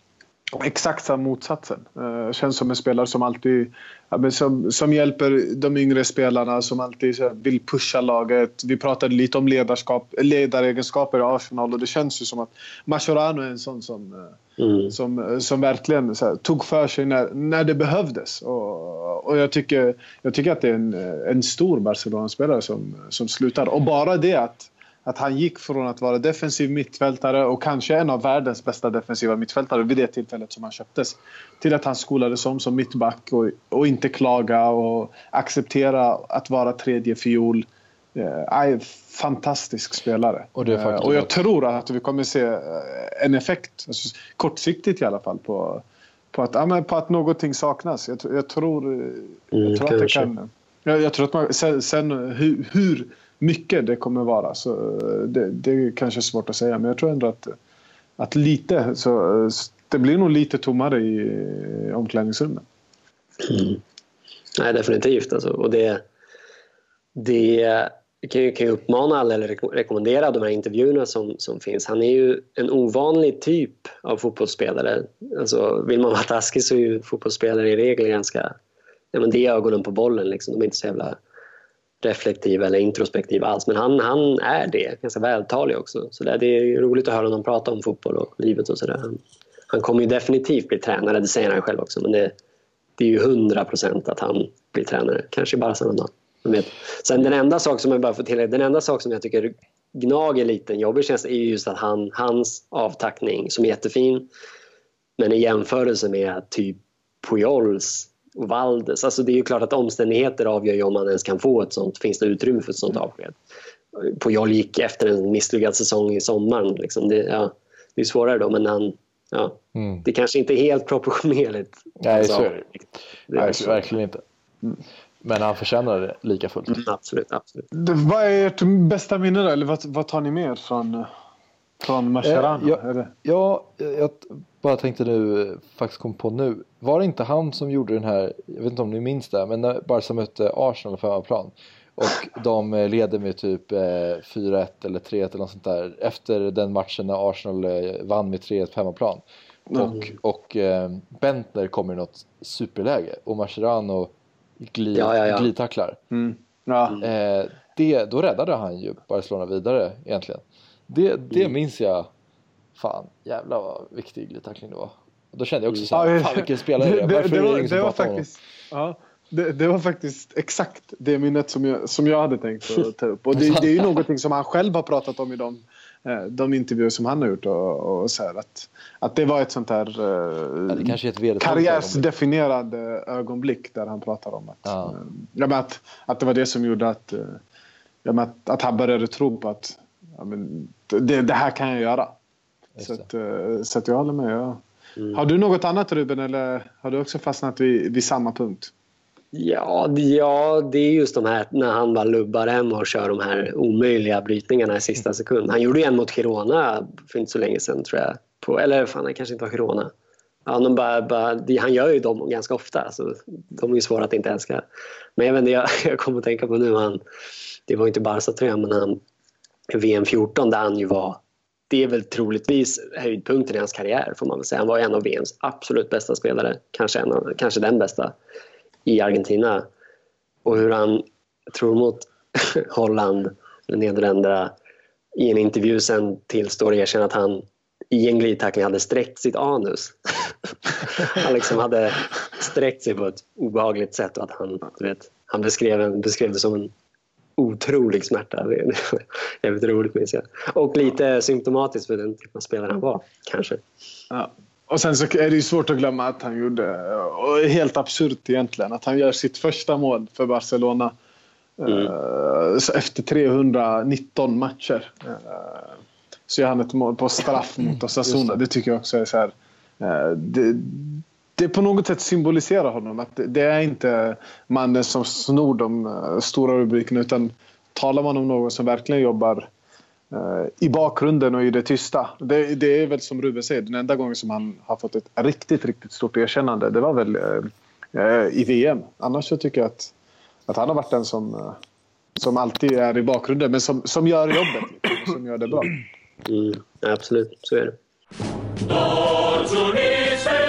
exakt samma motsatsen. Känns som en spelare som alltid som hjälper de yngre spelarna, som alltid vill pusha laget. Vi pratade lite om ledaregenskaper i Arsenal, och det känns ju som att Mascherano är en sån som verkligen tog för sig när det behövdes. Och jag tycker att det är en stor Barcelona-spelare som slutar. Och bara det att han gick från att vara defensiv mittfältare och kanske en av världens bästa defensiva mittfältare vid det tillfället som han köptes, till att han skolades som mittback och inte klaga och acceptera att vara tredje fiol. Fantastisk spelare. Och jag tror att vi kommer se en effekt, alltså, kortsiktigt i alla fall, på att någonting saknas. Jag tror att det kan. Jag tror att man sen hur mycket det kommer vara, så det är kanske svårt att säga, men jag tror ändå att lite så det blir nog lite tommare i omklädningsrummet. Nej, definitivt alltså. Och det kan ju uppmana alla eller rekommendera de här intervjuerna som finns. Han är ju en ovanlig typ av fotbollsspelare. Alltså, vill man vara taskig så är ju fotbollsspelare i regel ganska, det är ögonen på bollen liksom. De är inte så jävla reflektiv eller introspektiv alls, men han är det, ganska vältalig också, så det är roligt att höra honom prata om fotboll och livet och sådär. Han kommer ju definitivt bli tränare, det säger han själv också, men det är ju 100% att han blir tränare, kanske bara sådana dag. Sen den enda sak som jag tycker gnager lite jobbig känns är just att hans avtackning som är jättefin, men i jämförelse med typ Pujols och Valdes, alltså det är ju klart att omständigheter avgör ju om man ens kan få ett sånt, finns det utrymme för ett sånt avsked. Pujol gick efter en misslyckad säsong i sommaren liksom. Det är svårare då, men det kanske inte är helt proportionerligt. Nej, så är det verkligen inte. Men han förtjänar det lika fullt. Absolut. Vad är ert bästa minne då? Eller vad tar ni med från Mascherano? Jag bara tänkte nu, faktiskt kom på nu. Var det inte han som gjorde den här, jag vet inte om ni minns det, men när Barca mötte Arsenal på hemmaplan och de leder med typ 4-1 eller 3-1 eller något sånt där efter den matchen när Arsenal vann med 3-1 på hemmaplan. Och Bentner kommer i något superläge och Mascherano glidtacklar. Då räddade han ju Barcelona vidare egentligen. Det minns jag. Fan, jävlar vad viktig glidtackling det var. Och då kände jag också fan vilken spelare det var faktiskt det var faktiskt exakt det minnet som jag hade tänkt att ta upp. Och det är ju någonting som han själv har pratat om i de intervjuer som han har gjort och så här, att det var ett sånt här karriärsdefinierande ögonblick där han pratar om att det var det som gjorde att han började tro på att det här kan jag göra. Så att jag håller med. Har du något annat, Ruben, eller har du också fastnat vid samma punkt? Ja, det är just de här när han bara lubbar hem och kör de här omöjliga brytningarna i sista sekund. Han gjorde ju en mot Girona för inte så länge sedan, tror jag. Eller fan, han kanske inte var Girona. Han gör ju dem ganska ofta, så de är ju svåra att inte älska. Men jag kommer att tänka på nu, det var inte Barca, tror jag, men han VM 14 där han ju var, det är väl troligtvis höjdpunkten i hans karriär, får man väl säga. Han var en av VMs absolut bästa spelare, kanske den bästa i Argentina. Och hur han, tror mot Holland eller Nederländerna, i en intervju sen tillstår och erkänner att han i en glidtackling hade sträckt sitt anus. Han liksom hade sträckt sig på ett obehagligt sätt och att han beskrev det som en otrolig smärta. Det är jävligt roligt, minns jag. Och lite symptomatiskt för den typen av spelare han var, kanske. Ja. Och sen så är det ju svårt att glömma att han gjorde, och helt absurt egentligen, att han gör sitt första mål för Barcelona efter 319 matcher. Så gör han ett mål på straff mot Osasuna. Det tycker jag också är så här, det på något sätt symboliserar honom, att det är inte mannen som snor de stora rubrikerna, utan talar man om någon som verkligen jobbar i bakgrunden och i det tysta. Det är väl som Ruben säger, den enda gången som han har fått ett riktigt, riktigt stort erkännande, det var väl i VM. Annars så tycker jag att han har varit den som alltid är i bakgrunden, men som gör jobbet, som gör det bra. Absolut, så är det.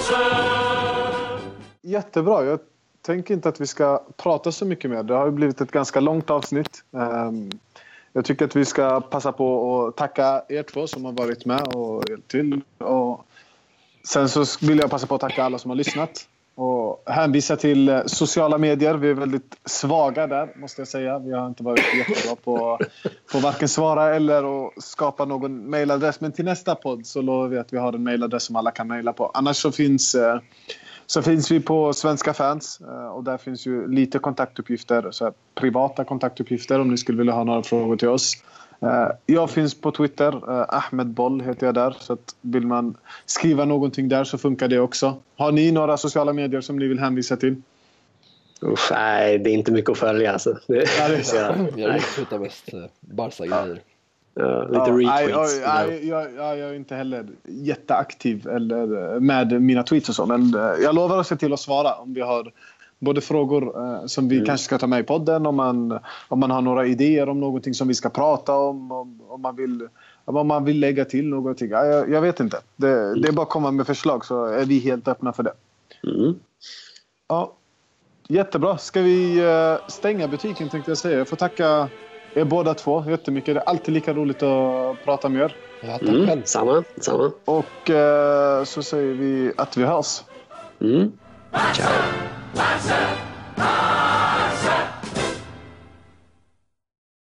Jättebra. Jag tänker inte att vi ska prata så mycket mer. Det har ju blivit ett ganska långt avsnitt. Jag tycker att vi ska passa på att tacka er två som har varit med och hjälpt till. Och sen så vill jag passa på att tacka alla som har lyssnat. Och hänvisa till sociala medier. Vi är väldigt svaga där, måste jag säga. Vi har inte varit jättebra på varken svara eller att skapa någon mailadress. Men till nästa podd så lovar vi att vi har en mailadress som alla kan maila på. Annars så finns vi på Svenska Fans. Och där finns ju lite kontaktuppgifter. Så här, privata kontaktuppgifter om ni skulle vilja ha några frågor till oss. Jag finns på Twitter. Ahmed Boll heter jag där. Så att vill man skriva någonting där så funkar det också. Har ni några sociala medier som ni vill hänvisa till? Nej, det är inte mycket att följa. Alltså. Jag retweetar mest Barca-grejer. Lite retweets. Jag är inte heller jätteaktiv eller med mina tweets och så. Men jag lovar att se till att svara om vi har både frågor som vi kanske ska ta med i podden, om man har några idéer om någonting som vi ska prata om man vill lägga till någonting. Jag vet inte. Det är bara att komma med förslag så är vi helt öppna för det. Ja, jättebra. Ska vi stänga butiken tänkte jag säga. Jag får tacka er båda två jättemycket. Det är alltid lika roligt att prata med er. Ja, tack. Samma. Och så säger vi att vi hörs. Ciao.